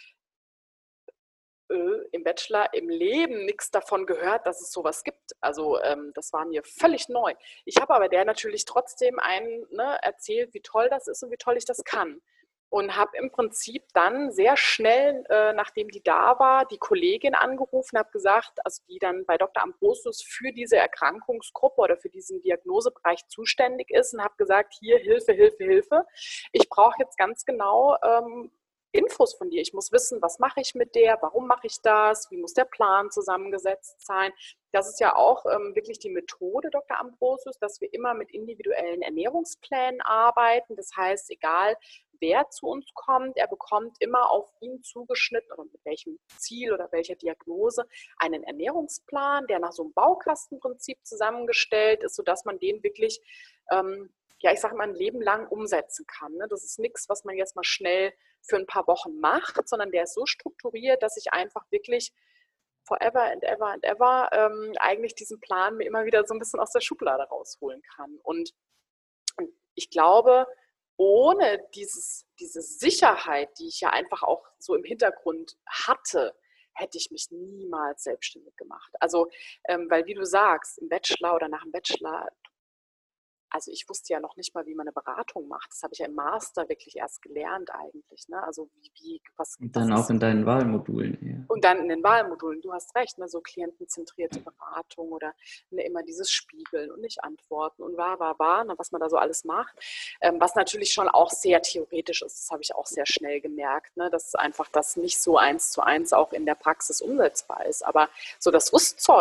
Im Bachelor im Leben nichts davon gehört, dass es sowas gibt. Also das war mir völlig neu. Ich habe aber der natürlich trotzdem erzählt, wie toll das ist und wie toll ich das kann. Und habe im Prinzip dann sehr schnell, nachdem die da war, die Kollegin angerufen, habe gesagt, also die dann bei Dr. Ambrosius für diese Erkrankungsgruppe oder für diesen Diagnosebereich zuständig ist, und habe gesagt, hier, Hilfe, Hilfe, Hilfe. Ich brauche jetzt ganz genau Infos von dir. Ich muss wissen, was mache ich mit der, warum mache ich das, wie muss der Plan zusammengesetzt sein. Das ist ja auch wirklich die Methode Dr. Ambrosius, dass wir immer mit individuellen Ernährungsplänen arbeiten. Das heißt, egal wer zu uns kommt, er bekommt immer auf ihn zugeschnitten oder mit welchem Ziel oder welcher Diagnose einen Ernährungsplan, der nach so einem Baukastenprinzip zusammengestellt ist, sodass man den wirklich ja, ich sage mal, ein Leben lang umsetzen kann. Ne? Das ist nichts, was man jetzt mal schnell für ein paar Wochen macht, sondern der ist so strukturiert, dass ich einfach wirklich forever and ever and ever eigentlich diesen Plan mir immer wieder so ein bisschen aus der Schublade rausholen kann. Und ich glaube, ohne diese Sicherheit, die ich ja einfach auch so im Hintergrund hatte, hätte ich mich niemals selbstständig gemacht. Also, weil wie du sagst, im Bachelor oder nach dem Bachelor, also ich wusste ja noch nicht mal, wie man eine Beratung macht. Das habe ich ja im Master wirklich erst gelernt eigentlich. Ne? Also Und was dann auch ist. in deinen Wahlmodulen. Ja. Und dann in den Wahlmodulen, du hast recht, ne, so klientenzentrierte Beratung oder ne, immer dieses Spiegeln und nicht antworten und ne, was man da so alles macht. Was natürlich schon auch sehr theoretisch ist, das habe ich auch sehr schnell gemerkt, ne, dass einfach das nicht so 1:1 auch in der Praxis umsetzbar ist. Aber so das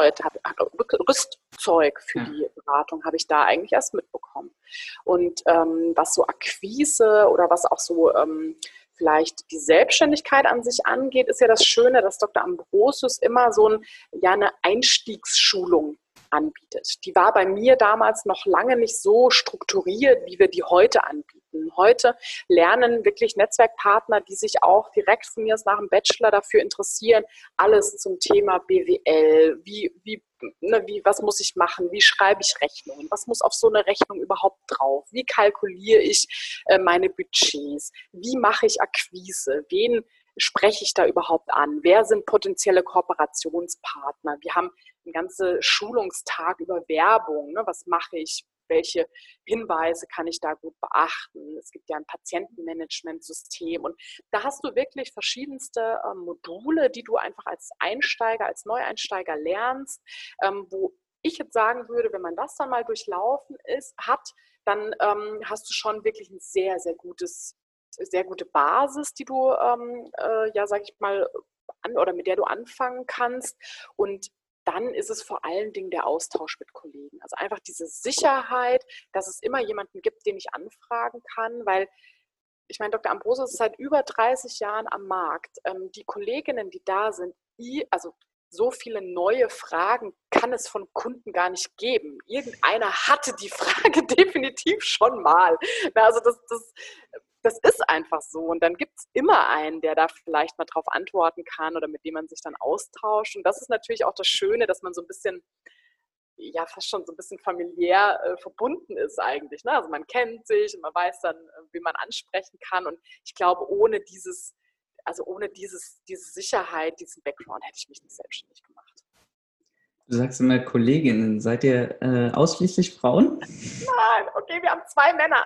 Rüstzeug für Ja. die Beratung habe ich da eigentlich erst mitbekommen. Und was so Akquise oder was auch so vielleicht die Selbstständigkeit an sich angeht, ist ja das Schöne, dass Dr. Ambrosius immer so eine Einstiegsschulung anbietet. Die war bei mir damals noch lange nicht so strukturiert, wie wir die heute anbieten. Heute lernen wirklich Netzwerkpartner, die sich auch direkt von mir aus nach dem Bachelor dafür interessieren, alles zum Thema BWL, was muss ich machen, wie schreibe ich Rechnungen, was muss auf so eine Rechnung überhaupt drauf, wie kalkuliere ich meine Budgets, wie mache ich Akquise, wen spreche ich da überhaupt an, wer sind potenzielle Kooperationspartner. Wir haben einen ganzen Schulungstag über Werbung, ne? Was mache ich, welche Hinweise kann ich da gut beachten. Es gibt ja ein Patientenmanagementsystem und da hast du wirklich verschiedenste Module, die du einfach als Einsteiger, als Neueinsteiger lernst, wo ich jetzt sagen würde, wenn man das dann mal durchlaufen hat, dann hast du schon wirklich ein sehr, sehr gute Basis, die du, sag ich mal, oder mit der du anfangen kannst. Und dann ist es vor allen Dingen der Austausch mit Kollegen. Also einfach diese Sicherheit, dass es immer jemanden gibt, den ich anfragen kann, weil ich meine, Dr. Ambrosius ist seit über 30 Jahren am Markt. Die Kolleginnen, die da sind, also so viele neue Fragen kann es von Kunden gar nicht geben. Irgendeiner hatte die Frage definitiv schon mal. Also das ist einfach so. Und dann gibt es immer einen, der da vielleicht mal drauf antworten kann oder mit dem man sich dann austauscht. Und das ist natürlich auch das Schöne, dass man so ein bisschen, ja, fast schon so ein bisschen familiär verbunden ist eigentlich. Ne? Also man kennt sich und man weiß dann, wie man ansprechen kann. Und ich glaube, diese Sicherheit, diesen Background hätte ich mich nicht selbstständig gemacht. Du sagst immer Kolleginnen. Seid ihr ausschließlich Frauen? Nein, okay, wir haben 2 Männer.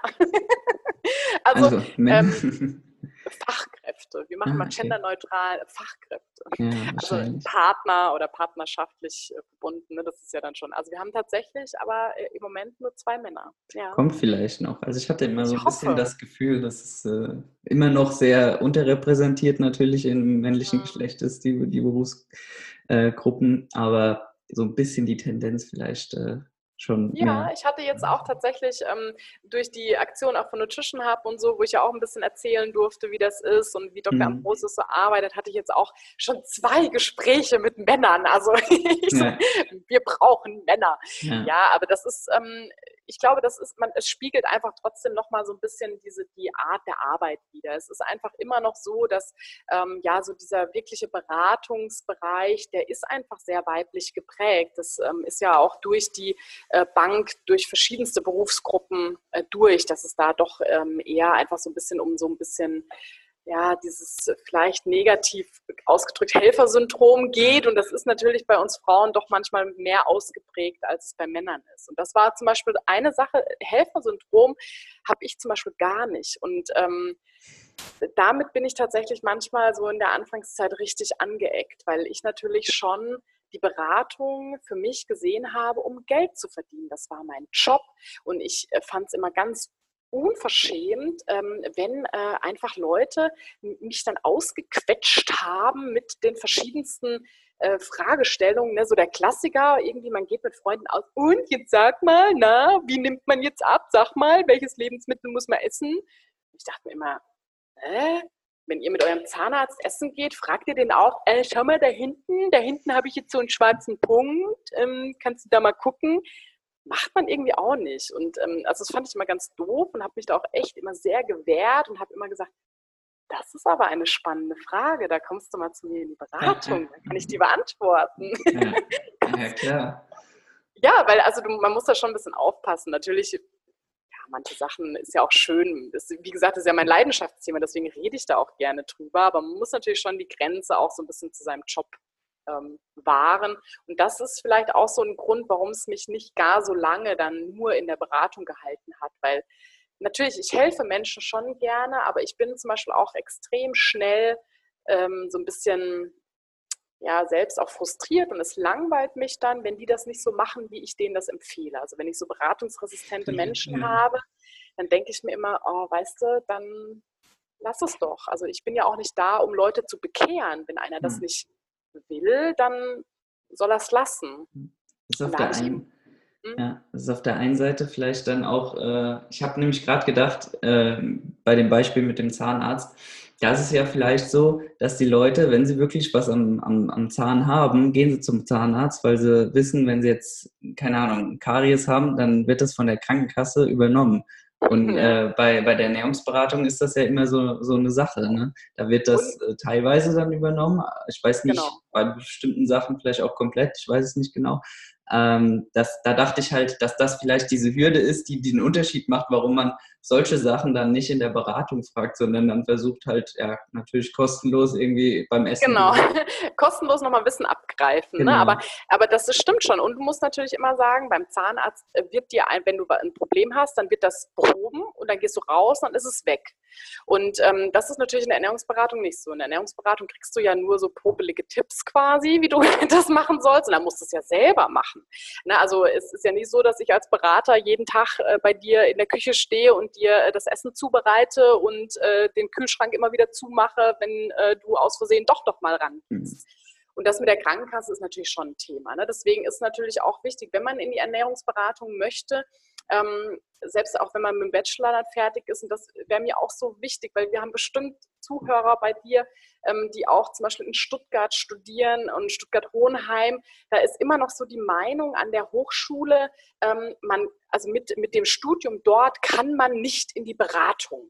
Also Männer. Fachkräfte. Wir machen mal Okay. genderneutral Fachkräfte. Ja, Also wahrscheinlich. Partner oder partnerschaftlich verbunden, ne, das ist ja dann schon. Also wir haben tatsächlich aber im Moment nur 2 Männer. Ja. Kommt vielleicht noch. Also ich hatte immer so Ich ein bisschen hoffe. das Gefühl, dass es immer noch sehr unterrepräsentiert natürlich im männlichen Geschlecht ist, die Berufsgruppen, aber so ein bisschen die Tendenz vielleicht schon Ja, mehr. ich hatte jetzt auch tatsächlich durch die Aktion auch von Nutrition Hub und so, wo ich ja auch ein bisschen erzählen durfte, wie das ist und wie Dr. Mhm. Ambrosius so arbeitet, hatte ich jetzt auch schon 2 Gespräche mit Männern. Also Ja, wir brauchen Männer. ja. Ja, aber das ist, ich glaube, es spiegelt einfach trotzdem nochmal so ein bisschen die Art der Arbeit wider. Es ist einfach immer noch so, dass so dieser wirkliche Beratungsbereich, der ist einfach sehr weiblich geprägt. Das ist ja auch durch die Bank, durch verschiedenste Berufsgruppen durch, dass es da doch eher einfach so ein bisschen ja, dieses vielleicht negativ ausgedrückt Helfersyndrom geht. Und das ist natürlich bei uns Frauen doch manchmal mehr ausgeprägt, als es bei Männern ist. Und das war zum Beispiel eine Sache, Helfersyndrom habe ich zum Beispiel gar nicht. Und damit bin ich tatsächlich manchmal so in der Anfangszeit richtig angeeckt, weil ich natürlich schon die Beratung für mich gesehen habe, um Geld zu verdienen. Das war mein Job und ich fand es immer ganz unverschämt, wenn einfach Leute mich dann ausgequetscht haben mit den verschiedensten Fragestellungen, ne? So der Klassiker, irgendwie man geht mit Freunden aus und jetzt sag mal, na, wie nimmt man jetzt ab? Sag mal, welches Lebensmittel muss man essen? Ich dachte mir immer, wenn ihr mit eurem Zahnarzt essen geht, fragt ihr den auch, schau mal da hinten habe ich jetzt so einen schwarzen Punkt, kannst du da mal gucken? Macht man irgendwie auch nicht. Und also das fand ich immer ganz doof und habe mich da auch echt immer sehr gewehrt und habe immer gesagt, das ist aber eine spannende Frage, da kommst du mal zu mir in die Beratung, dann kann ich die beantworten. Ja, ja, klar. Ja, weil also man muss da schon ein bisschen aufpassen. Natürlich, ja, manche Sachen ist ja auch schön. Wie gesagt, das ist ja mein Leidenschaftsthema, deswegen rede ich da auch gerne drüber. Aber man muss natürlich schon die Grenze auch so ein bisschen zu seinem Job waren. Und das ist vielleicht auch so ein Grund, warum es mich nicht gar so lange dann nur in der Beratung gehalten hat, weil natürlich, ich helfe Menschen schon gerne, aber ich bin zum Beispiel auch extrem schnell so ein bisschen ja, selbst auch frustriert und es langweilt mich dann, wenn die das nicht so machen, wie ich denen das empfehle. Also wenn ich so beratungsresistente Menschen Ja. habe, dann denke ich mir immer, oh, weißt du, dann lass es doch. Also ich bin ja auch nicht da, um Leute zu bekehren. Wenn einer das Hm. nicht will, dann soll er es lassen. Das ist Und auf da der habe ich eben, einen, ja, das ist auf der einen Seite vielleicht dann auch, ich habe nämlich gerade gedacht, bei dem Beispiel mit dem Zahnarzt, da ist es ja vielleicht so, dass die Leute, wenn sie wirklich was am Zahn haben, gehen sie zum Zahnarzt, weil sie wissen, wenn sie jetzt, keine Ahnung, Karies haben, dann wird das von der Krankenkasse übernommen. Und ja, bei der Ernährungsberatung ist das ja immer so eine Sache. Ne? Da wird und das teilweise dann übernommen. Ich weiß nicht, genau. bei bestimmten Sachen vielleicht auch komplett, ich weiß es nicht genau. Da dachte ich halt, dass das vielleicht diese Hürde ist, die den Unterschied macht, warum man solche Sachen dann nicht in der Beratung fragt, sondern dann versucht halt, ja, natürlich kostenlos irgendwie beim Essen Genau, gehen. kostenlos nochmal Wissen abgreifen. Ne? Genau. Aber das stimmt schon. Und du musst natürlich immer sagen, beim Zahnarzt wird dir wenn du ein Problem hast, dann wird das behoben und dann gehst du raus, dann ist es weg. Und das ist natürlich in der Ernährungsberatung nicht so. In der Ernährungsberatung kriegst du ja nur so popelige Tipps quasi, wie du das machen sollst. Und dann musst du es ja selber machen. Ne? Also es ist ja nicht so, dass ich als Berater jeden Tag bei dir in der Küche stehe und dir das Essen zubereite und den Kühlschrank immer wieder zumache, wenn du aus Versehen doch mal ran Mhm. gehst. Und das mit der Krankenkasse ist natürlich schon ein Thema. Ne? Deswegen ist natürlich auch wichtig, wenn man in die Ernährungsberatung möchte, selbst auch wenn man mit dem Bachelor dann fertig ist, und das wäre mir auch so wichtig, weil wir haben bestimmt Zuhörer bei dir, die auch zum Beispiel in Stuttgart studieren und Stuttgart-Hohenheim, da ist immer noch so die Meinung an der Hochschule, also mit dem Studium dort kann man nicht in die Beratung.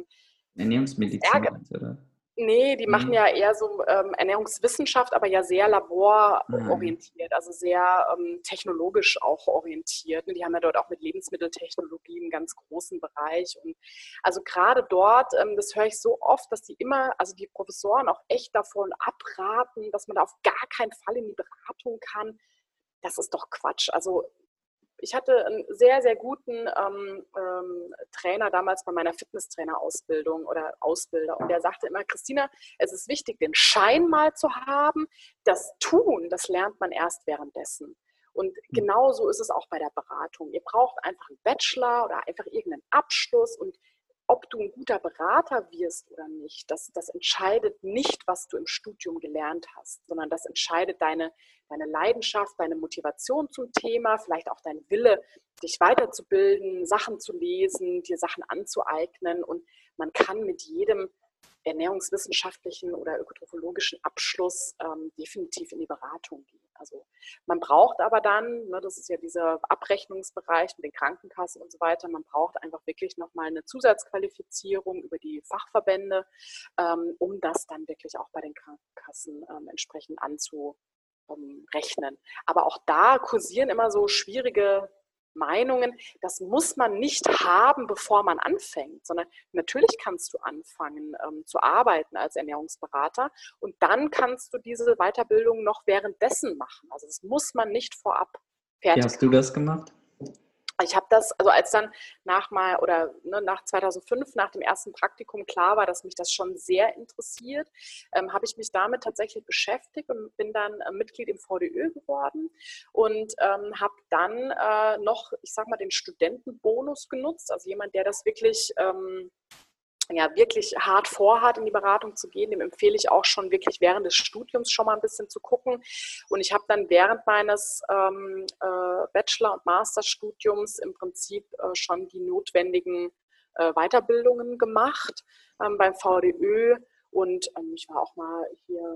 Das Ernährungsmedizin, ärgert, meinst du, oder? nee, die machen Nee. ja eher so Ernährungswissenschaft, aber ja sehr Ah, ja. labororientiert, also sehr technologisch auch orientiert. Die haben ja dort auch mit Lebensmitteltechnologie einen ganz großen Bereich. Und also gerade dort, das höre ich so oft, dass die immer, also die Professoren auch echt davon abraten, dass man da auf gar keinen Fall in die Beratung kann. Das ist doch Quatsch. Also ich hatte einen sehr, sehr guten Trainer damals bei meiner Fitnesstrainer-Ausbildung oder Ausbilder. Und der sagte immer, Christina, es ist wichtig, den Schein mal zu haben. Das Tun, das lernt man erst währenddessen. Und genauso ist es auch bei der Beratung. Ihr braucht einfach einen Bachelor oder einfach irgendeinen Abschluss. Und ob du ein guter Berater wirst oder nicht, das entscheidet nicht, was du im Studium gelernt hast, sondern das entscheidet deine Leidenschaft, deine Motivation zum Thema, vielleicht auch dein Wille, dich weiterzubilden, Sachen zu lesen, dir Sachen anzueignen. Und man kann mit jedem ernährungswissenschaftlichen oder ökotrophologischen Abschluss definitiv in die Beratung gehen. Also man braucht aber dann, ne, das ist ja dieser Abrechnungsbereich mit den Krankenkassen und so weiter, man braucht einfach wirklich nochmal eine Zusatzqualifizierung über die Fachverbände, um das dann wirklich auch bei den Krankenkassen entsprechend anzurechnen. Aber auch da kursieren immer so schwierige Meinungen, das muss man nicht haben, bevor man anfängt, sondern natürlich kannst du anfangen zu arbeiten als Ernährungsberater und dann kannst du diese Weiterbildung noch währenddessen machen. Also das muss man nicht vorab Wie fertig hast du haben. das gemacht? Ich habe das, also als dann nach 2005, nach dem ersten Praktikum klar war, dass mich das schon sehr interessiert, habe ich mich damit tatsächlich beschäftigt und bin dann Mitglied im VDÖ geworden und habe dann noch, ich sag mal, den Studentenbonus genutzt, also jemand, der das wirklich ja, wirklich hart vorhat, in die Beratung zu gehen, dem empfehle ich auch schon wirklich während des Studiums schon mal ein bisschen zu gucken. Und ich habe dann während meines Bachelor- und Masterstudiums im Prinzip schon die notwendigen Weiterbildungen gemacht beim VDÖ. Und ich war auch mal hier,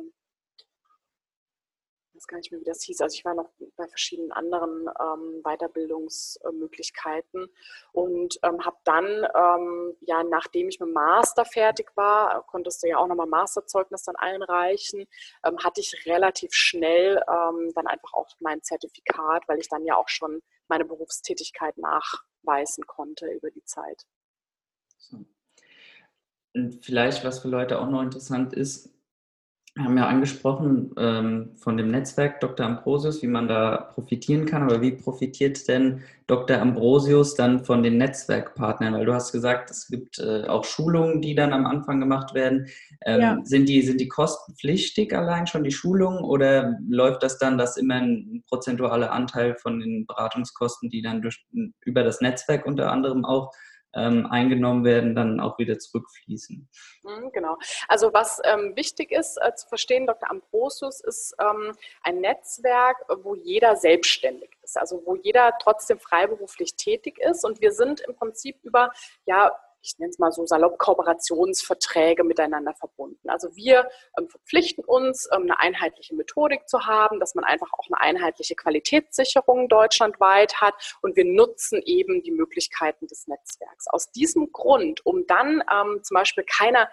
ich weiß gar nicht mehr, wie das hieß. Also ich war noch bei verschiedenen anderen Weiterbildungsmöglichkeiten und habe dann, ja, nachdem ich mit dem Master fertig war, konntest du ja auch nochmal Masterzeugnis dann einreichen, hatte ich relativ schnell dann einfach auch mein Zertifikat, weil ich dann ja auch schon meine Berufstätigkeit nachweisen konnte über die Zeit. So. Und vielleicht, was für Leute auch noch interessant ist, Wir haben ja angesprochen von dem Netzwerk Dr. Ambrosius, wie man da profitieren kann, aber wie profitiert denn Dr. Ambrosius dann von den Netzwerkpartnern? Weil du hast gesagt, es gibt auch Schulungen, die dann am Anfang gemacht werden. Ja. Sind die kostenpflichtig allein schon die Schulungen oder läuft das dann, dass immer ein prozentualer Anteil von den Beratungskosten, die dann über das Netzwerk unter anderem auch eingenommen werden, dann auch wieder zurückfließen? Genau. Also was wichtig ist zu verstehen, Dr. Ambrosius ist ein Netzwerk, wo jeder selbstständig ist, also wo jeder trotzdem freiberuflich tätig ist. Und wir sind im Prinzip über, ja, ich nenne es mal so salopp, Kooperationsverträge miteinander verbunden. Also wir verpflichten uns, eine einheitliche Methodik zu haben, dass man einfach auch eine einheitliche Qualitätssicherung deutschlandweit hat und wir nutzen eben die Möglichkeiten des Netzwerks. Aus diesem Grund, um dann zum Beispiel keiner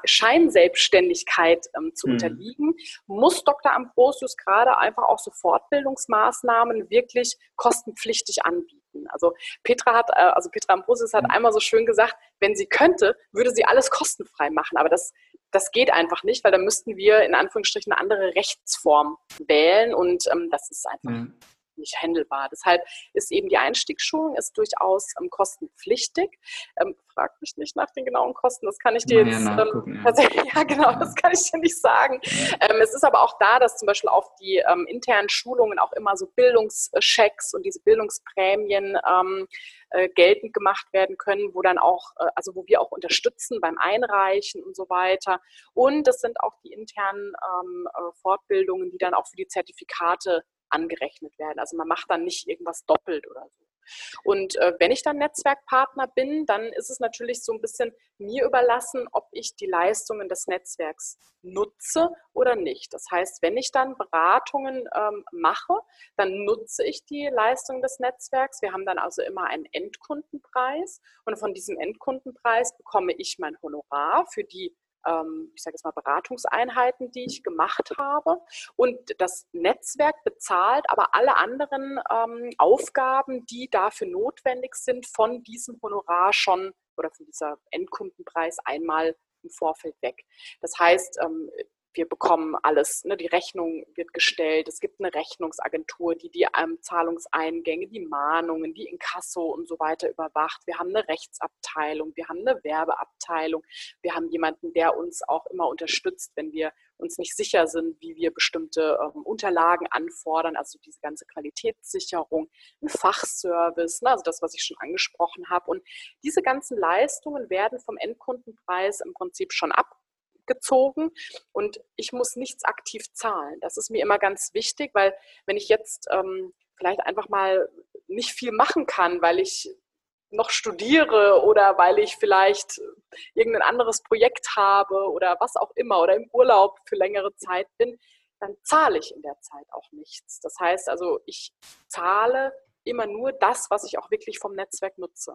Scheinselbstständigkeit zu unterliegen, muss Dr. Ambrosius gerade einfach auch so Fortbildungsmaßnahmen wirklich kostenpflichtig anbieten. Also Petra Ambrosius hat einmal so schön gesagt, wenn sie könnte, würde sie alles kostenfrei machen. Aber das geht einfach nicht, weil dann müssten wir in Anführungsstrichen eine andere Rechtsform wählen und das ist einfach nicht handelbar. Deshalb ist eben die Einstiegsschulung ist durchaus kostenpflichtig. Frag mich nicht nach den genauen Kosten, das kann ich dir jetzt ja genau, das kann ich dir nicht sagen. Es ist aber auch da, dass zum Beispiel auf die internen Schulungen auch immer so Bildungschecks und diese Bildungsprämien geltend gemacht werden können, wo dann auch, also wo wir auch unterstützen beim Einreichen und so weiter. Und das sind auch die internen Fortbildungen, die dann auch für die Zertifikate angerechnet werden. Also man macht dann nicht irgendwas doppelt oder so. Und wenn ich dann Netzwerkpartner bin, dann ist es natürlich so ein bisschen mir überlassen, ob ich die Leistungen des Netzwerks nutze oder nicht. Das heißt, wenn ich dann Beratungen mache, dann nutze ich die Leistungen des Netzwerks. Wir haben dann also immer einen Endkundenpreis und von diesem Endkundenpreis bekomme ich mein Honorar für die ich sage jetzt mal, Beratungseinheiten, die ich gemacht habe. Und das Netzwerk bezahlt aber alle anderen Aufgaben, die dafür notwendig sind, von diesem Honorar schon oder von dieser Endkundenpreis einmal im Vorfeld weg. Das heißt, wir bekommen alles, ne, die Rechnung wird gestellt, es gibt eine Rechnungsagentur, die Zahlungseingänge, die Mahnungen, die Inkasso und so weiter überwacht. Wir haben eine Rechtsabteilung, wir haben eine Werbeabteilung, wir haben jemanden, der uns auch immer unterstützt, wenn wir uns nicht sicher sind, wie wir bestimmte Unterlagen anfordern, also diese ganze Qualitätssicherung, ein Fachservice, ne, also das, was ich schon angesprochen habe. Und diese ganzen Leistungen werden vom Endkundenpreis im Prinzip schon abgezogen und ich muss nichts aktiv zahlen. Das ist mir immer ganz wichtig, weil wenn ich jetzt vielleicht einfach mal nicht viel machen kann, weil ich noch studiere oder weil ich vielleicht irgendein anderes Projekt habe oder was auch immer oder im Urlaub für längere Zeit bin, dann zahle ich in der Zeit auch nichts. Das heißt also, ich zahle immer nur das, was ich auch wirklich vom Netzwerk nutze.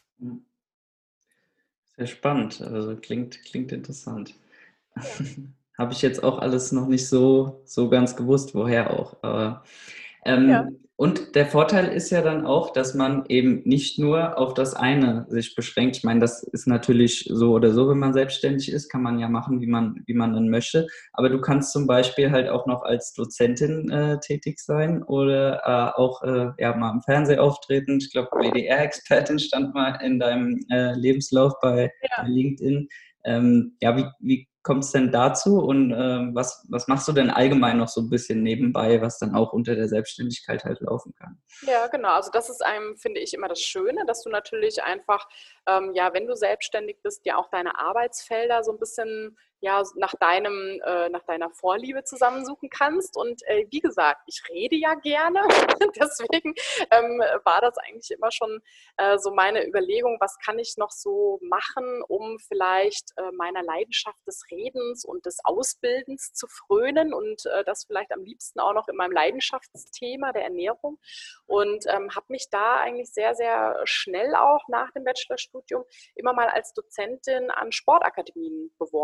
Sehr spannend, also klingt interessant. Ja. Habe ich jetzt auch alles noch nicht so ganz gewusst, woher auch. Aber, ja. Und der Vorteil ist ja dann auch, dass man eben nicht nur auf das eine sich beschränkt. Ich meine, das ist natürlich so oder so, wenn man selbstständig ist, kann man ja machen, wie man dann möchte. Aber du kannst zum Beispiel halt auch noch als Dozentin tätig sein oder auch ja, mal im Fernsehen auftreten. Ich glaube, WDR-Expertin stand mal in deinem Lebenslauf bei LinkedIn. Ja, wie kommt es denn dazu und was machst du denn allgemein noch so ein bisschen nebenbei, was dann auch unter der Selbstständigkeit halt laufen kann? Ja, genau. Also das ist einem, finde ich, immer das Schöne, dass du natürlich einfach, ja, wenn du selbstständig bist, ja auch deine Arbeitsfelder so ein bisschen ja, nach deiner Vorliebe zusammensuchen kannst. Und wie gesagt, ich rede ja gerne. Deswegen war das eigentlich immer schon so meine Überlegung, was kann ich noch so machen, um vielleicht meiner Leidenschaft des Redens und des Ausbildens zu frönen und das vielleicht am liebsten auch noch in meinem Leidenschaftsthema der Ernährung. Und habe mich da eigentlich sehr, sehr schnell auch nach dem Bachelorstudium immer mal als Dozentin an Sportakademien beworben, weil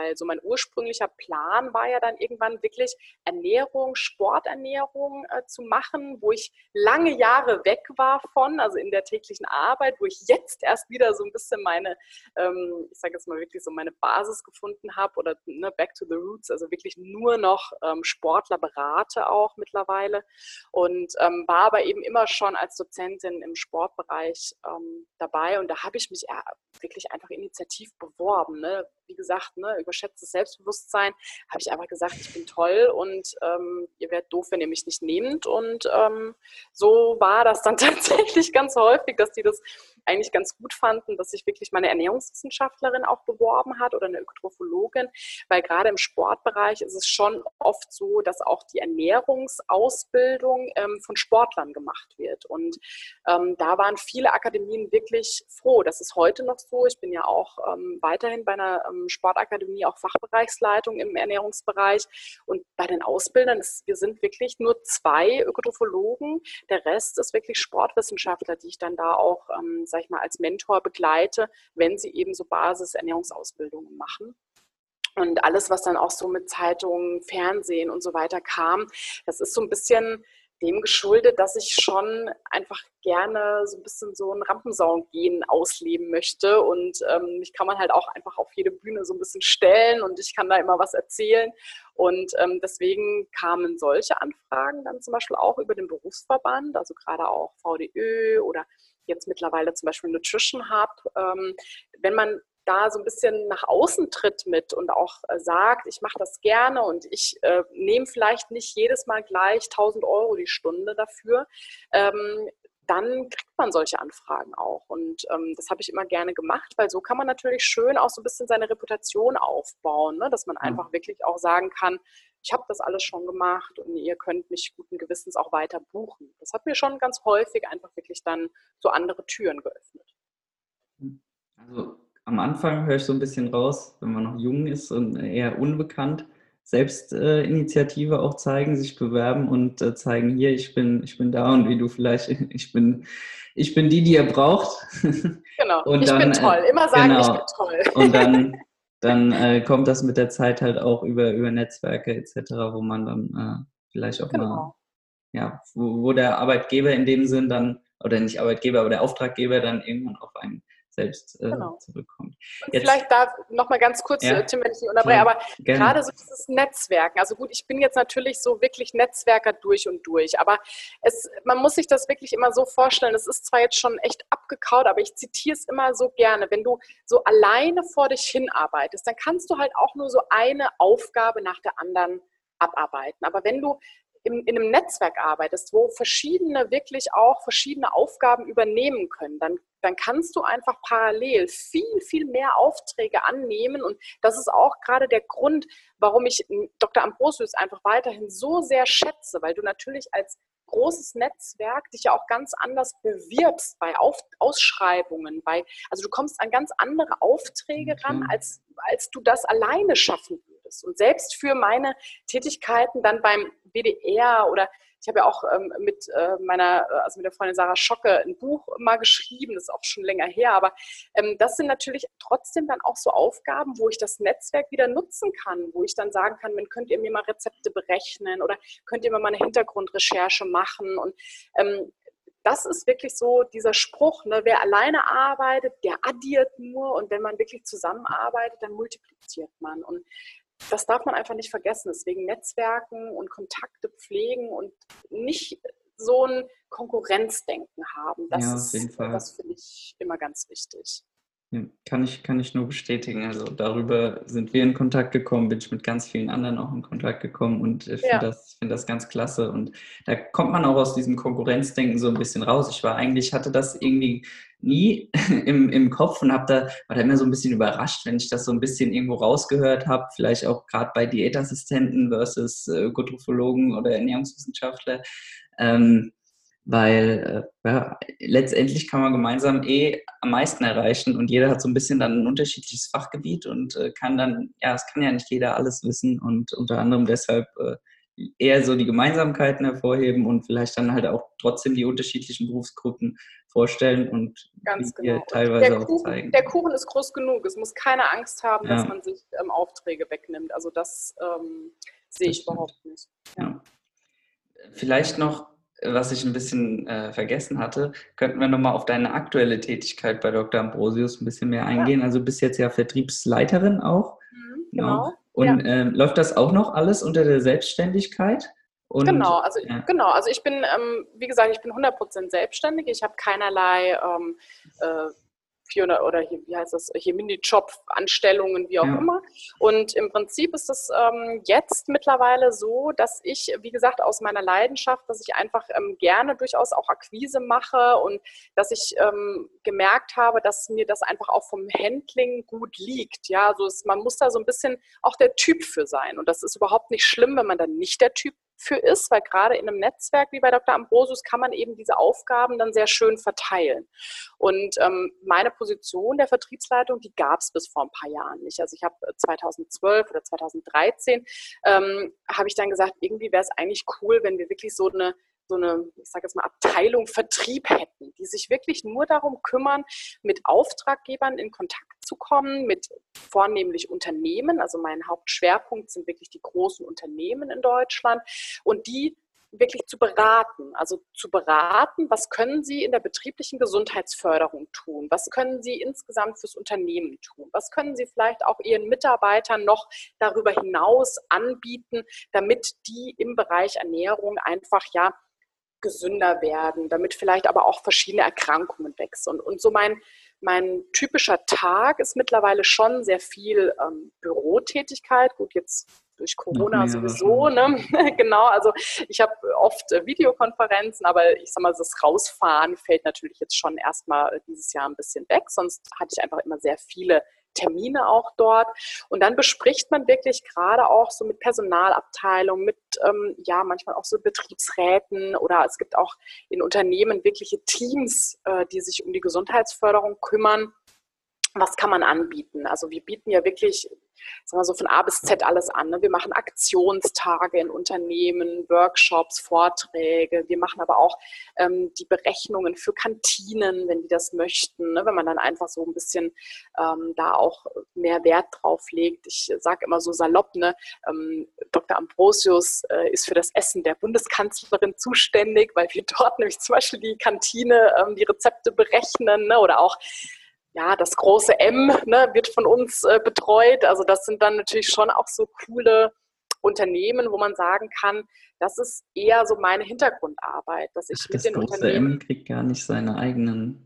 weil so mein ursprünglicher Plan war ja dann irgendwann wirklich Ernährung, Sporternährung zu machen, wo ich lange Jahre weg war von, also in der täglichen Arbeit, wo ich jetzt erst wieder so ein bisschen meine, ich sage jetzt mal wirklich so meine Basis gefunden habe oder ne, back to the roots, also wirklich nur noch Sportler berate auch mittlerweile und war aber eben immer schon als Dozentin im Sportbereich dabei und da habe ich mich wirklich einfach initiativ beworben. Ne? Wie gesagt, ne, überschätztes Selbstbewusstsein, habe ich einfach gesagt, ich bin toll und ihr werdet doof, wenn ihr mich nicht nehmt und so war das dann tatsächlich ganz häufig, dass die das eigentlich ganz gut fanden, dass sich wirklich meine Ernährungswissenschaftlerin auch beworben hat oder eine Ökotrophologin, weil gerade im Sportbereich ist es schon oft so, dass auch die Ernährungsausbildung von Sportlern gemacht wird und da waren viele Akademien wirklich froh. Das ist heute noch so. Ich bin ja auch weiterhin bei einer Sportakademie, auch Fachbereichsleitung im Ernährungsbereich und bei den Ausbildern, wir sind wirklich nur 2 Ökotrophologen, der Rest ist wirklich Sportwissenschaftler, die ich dann da auch sag ich mal, als Mentor begleite, wenn sie eben so Basis-Ernährungsausbildungen machen. Und alles, was dann auch so mit Zeitungen, Fernsehen und so weiter kam, das ist so ein bisschen dem geschuldet, dass ich schon einfach gerne so ein bisschen so ein Rampensau-Gen ausleben möchte. Und mich kann man halt auch einfach auf jede Bühne so ein bisschen stellen und ich kann da immer was erzählen. Und deswegen kamen solche Anfragen dann zum Beispiel auch über den Berufsverband, also gerade auch VDÖ oder jetzt mittlerweile zum Beispiel Nutrition Hub. Wenn man da so ein bisschen nach außen tritt mit und auch sagt, ich mache das gerne und ich nehme vielleicht nicht jedes Mal gleich 1.000 Euro die Stunde dafür, dann kriegt man solche Anfragen auch. Und das habe ich immer gerne gemacht, weil so kann man natürlich schön auch so ein bisschen seine Reputation aufbauen, ne? Dass man einfach wirklich auch sagen kann, ich habe das alles schon gemacht und ihr könnt mich guten Gewissens auch weiter buchen. Das hat mir schon ganz häufig einfach wirklich dann so andere Türen geöffnet. Also am Anfang höre ich so ein bisschen raus, wenn man noch jung ist und eher unbekannt, Selbstinitiative auch zeigen, sich bewerben und zeigen, hier, ich bin da und wie du vielleicht, ich bin die ihr braucht. Genau, und ich dann, bin toll. Immer sagen, genau. ich bin toll. Und dann kommt das mit der Zeit halt auch über Netzwerke etc., wo man dann vielleicht auch mal, ja, wo der Arbeitgeber in dem Sinn dann, oder nicht Arbeitgeber, aber der Auftraggeber dann irgendwann auf einen selbst zurückkommt. Und jetzt, vielleicht da nochmal ganz kurz, ja, Tim, wenn ich dich unterbreche, aber gerade so dieses Netzwerken, also gut, ich bin jetzt natürlich so wirklich Netzwerker durch und durch, aber man muss sich das wirklich immer so vorstellen, es ist zwar jetzt schon echt abgekaut, aber ich zitiere es immer so gerne, wenn du so alleine vor dich hinarbeitest, dann kannst du halt auch nur so eine Aufgabe nach der anderen abarbeiten, aber wenn du in einem Netzwerk arbeitest, wo verschiedene wirklich auch verschiedene Aufgaben übernehmen können, dann kannst du einfach parallel viel, viel mehr Aufträge annehmen. Und das ist auch gerade der Grund, warum ich Dr. Ambrosius einfach weiterhin so sehr schätze, weil du natürlich als großes Netzwerk dich ja auch ganz anders bewirbst bei Ausschreibungen. Also du kommst an ganz andere Aufträge ran, als du das alleine schaffen würdest. Und selbst für meine Tätigkeiten dann beim WDR oder ich habe ja auch mit der Freundin Sarah Schocke ein Buch mal geschrieben, das ist auch schon länger her, aber das sind natürlich trotzdem dann auch so Aufgaben, wo ich das Netzwerk wieder nutzen kann, wo ich dann sagen kann, könnt ihr mir mal Rezepte berechnen oder könnt ihr mir mal eine Hintergrundrecherche machen und das ist wirklich so dieser Spruch, ne, wer alleine arbeitet, der addiert nur und wenn man wirklich zusammenarbeitet, dann multipliziert man und das darf man einfach nicht vergessen. Deswegen Netzwerken und Kontakte pflegen und nicht so ein Konkurrenzdenken haben. Das finde ich immer ganz wichtig. Ja, kann ich nur bestätigen. Also darüber sind wir in Kontakt gekommen, bin ich mit ganz vielen anderen auch in Kontakt gekommen und ich finde das ganz klasse. Und da kommt man auch aus diesem Konkurrenzdenken so ein bisschen raus. Hatte das irgendwie nie im Kopf und war da immer so ein bisschen überrascht, wenn ich das so ein bisschen irgendwo rausgehört habe, vielleicht auch gerade bei Diätassistenten versus Ökotrophologen oder Ernährungswissenschaftler. Weil letztendlich kann man gemeinsam am meisten erreichen und jeder hat so ein bisschen dann ein unterschiedliches Fachgebiet und es kann ja nicht jeder alles wissen und unter anderem deshalb eher so die Gemeinsamkeiten hervorheben und vielleicht dann halt auch trotzdem die unterschiedlichen Berufsgruppen vorstellen und Ganz wie ihr genau. Und teilweise auch zeigen. der Kuchen ist groß genug. Es muss keine Angst haben, dass Ja, man sich Aufträge wegnimmt. Also das sehe das ich stimmt. überhaupt nicht. Ja. Vielleicht noch, was ich ein bisschen vergessen hatte, könnten wir nochmal auf deine aktuelle Tätigkeit bei Dr. Ambrosius ein bisschen mehr Ja. eingehen. Also du bist jetzt ja Vertriebsleiterin auch. Mhm, Genau. genau. Ja. Und läuft das auch noch alles unter der Selbstständigkeit? Und ja, Genau, also ich bin, wie gesagt, ich bin 100% selbstständig. Ich habe keinerlei äh, 400 oder hier, wie heißt das, hier Minijob-Anstellungen, wie auch ja, immer. Und im Prinzip ist es jetzt mittlerweile so, dass ich, wie gesagt, aus meiner Leidenschaft, dass ich einfach gerne durchaus auch Akquise mache und dass ich gemerkt habe, dass mir das einfach auch vom Handling gut liegt. Ja, also man muss da so ein bisschen auch der Typ für sein. Und das ist überhaupt nicht schlimm, wenn man dann nicht der Typ für ist, weil gerade in einem Netzwerk wie bei Dr. Ambrosius kann man eben diese Aufgaben dann sehr schön verteilen. Und meine Position der Vertriebsleitung, die gab es bis vor ein paar Jahren nicht. Also ich habe 2012 oder 2013 habe ich dann gesagt, irgendwie wäre es eigentlich cool, wenn wir wirklich so eine, ich sage jetzt mal, Abteilung Vertrieb hätten, die sich wirklich nur darum kümmern, mit Auftraggebern in Kontakt zu kommen, mit vornehmlich Unternehmen. Also mein Hauptschwerpunkt sind wirklich die großen Unternehmen in Deutschland und die wirklich zu beraten. Also zu beraten, was können Sie in der betrieblichen Gesundheitsförderung tun? Was können Sie insgesamt fürs Unternehmen tun? Was können Sie vielleicht auch Ihren Mitarbeitern noch darüber hinaus anbieten, damit die im Bereich Ernährung einfach ja gesünder werden, damit vielleicht aber auch verschiedene Erkrankungen wechseln. Und so mein typischer Tag ist mittlerweile schon sehr viel Bürotätigkeit. Gut, jetzt durch noch Corona mehr sowieso, wahrscheinlich. ne? Genau, also ich habe oft Videokonferenzen, aber ich sag mal, das Rausfahren fällt natürlich jetzt schon erstmal dieses Jahr ein bisschen weg. Sonst hatte ich einfach immer sehr viele Termine auch dort. Und dann bespricht man wirklich gerade auch so mit Personalabteilung, mit ja manchmal auch so Betriebsräten oder es gibt auch in Unternehmen wirkliche Teams, die sich um die Gesundheitsförderung kümmern. Was kann man anbieten? Also wir bieten ja wirklich, sagen wir so, von A bis Z alles an. Ne? Wir machen Aktionstage in Unternehmen, Workshops, Vorträge. Wir machen aber auch die Berechnungen für Kantinen, wenn die das möchten. Ne? Wenn man dann einfach so ein bisschen da auch mehr Wert drauf legt. Ich sage immer so salopp, ne? Dr. Ambrosius ist für das Essen der Bundeskanzlerin zuständig, weil wir dort nämlich zum Beispiel die Kantine, die Rezepte berechnen, ne? Oder auch ja, das große M, ne, wird von uns betreut. Also das sind dann natürlich schon auch so coole Unternehmen, wo man sagen kann, das ist eher so meine Hintergrundarbeit, dass ich Ach, mit das den große Unternehmen. M kriegt gar nicht seine eigenen,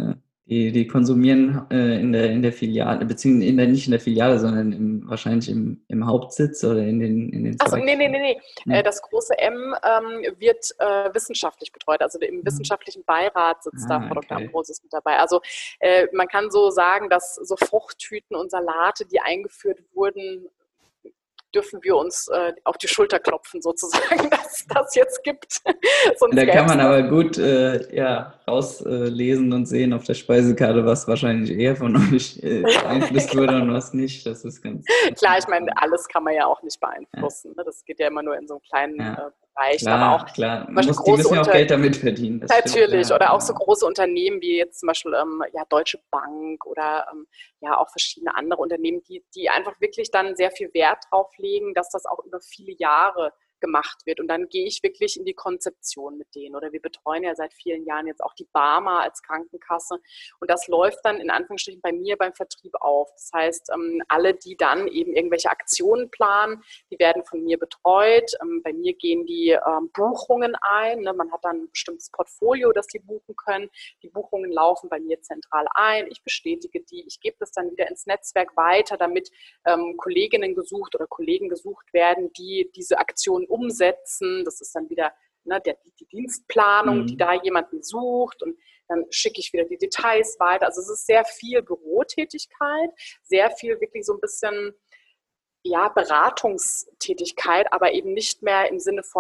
die konsumieren in der Filiale, beziehungsweise nicht in der Filiale, sondern wahrscheinlich im Hauptsitz oder in den Achso, nee, nee, Zweigstellen. nee, nee. Nee. Das große M wird wissenschaftlich betreut. Also im wissenschaftlichen Beirat sitzt da Ah, Frau Dr. okay. Ambrosius mit dabei. Also man kann so sagen, dass so Fruchttüten und Salate, die eingeführt wurden, dürfen wir uns auf die Schulter klopfen, sozusagen, dass das jetzt gibt. Sonst Da gäbe kann es man das. aber gut ja, rauslesen und sehen auf der Speisekarte, was wahrscheinlich eher von euch beeinflusst wurde und was nicht. Das ist ganz Klar, ich meine, interessant. alles kann man ja auch nicht Ja, beeinflussen. Ne? Das geht ja immer nur in so einem kleinen ja. Bereich. Aber auch Klar, klar. zum Beispiel Die große müssen ja auch Geld damit verdienen, das stimmt, natürlich, ja, oder auch so genau. große Unternehmen wie jetzt zum Beispiel ja, Deutsche Bank oder ja auch verschiedene andere Unternehmen, die einfach wirklich dann sehr viel Wert drauf legen, dass das auch über viele Jahre gemacht wird. Und dann gehe ich wirklich in die Konzeption mit denen. Oder wir betreuen ja seit vielen Jahren jetzt auch die Barmer als Krankenkasse. Und das läuft dann in Anführungsstrichen bei mir beim Vertrieb auf. Das heißt, alle, die dann eben irgendwelche Aktionen planen, die werden von mir betreut. Bei mir gehen die Buchungen ein. Ne? Man hat dann ein bestimmtes Portfolio, das die buchen können. Die Buchungen laufen bei mir zentral ein. Ich bestätige die. Ich gebe das dann wieder ins Netzwerk weiter, damit Kolleginnen gesucht oder Kollegen gesucht werden, die diese Aktionen umsetzen. Das ist dann wieder ne, die Dienstplanung, die Mhm. da jemanden sucht und dann schicke ich wieder die Details weiter. Also es ist sehr viel Bürotätigkeit, sehr viel wirklich so ein bisschen ja, Beratungstätigkeit, aber eben nicht mehr im Sinne von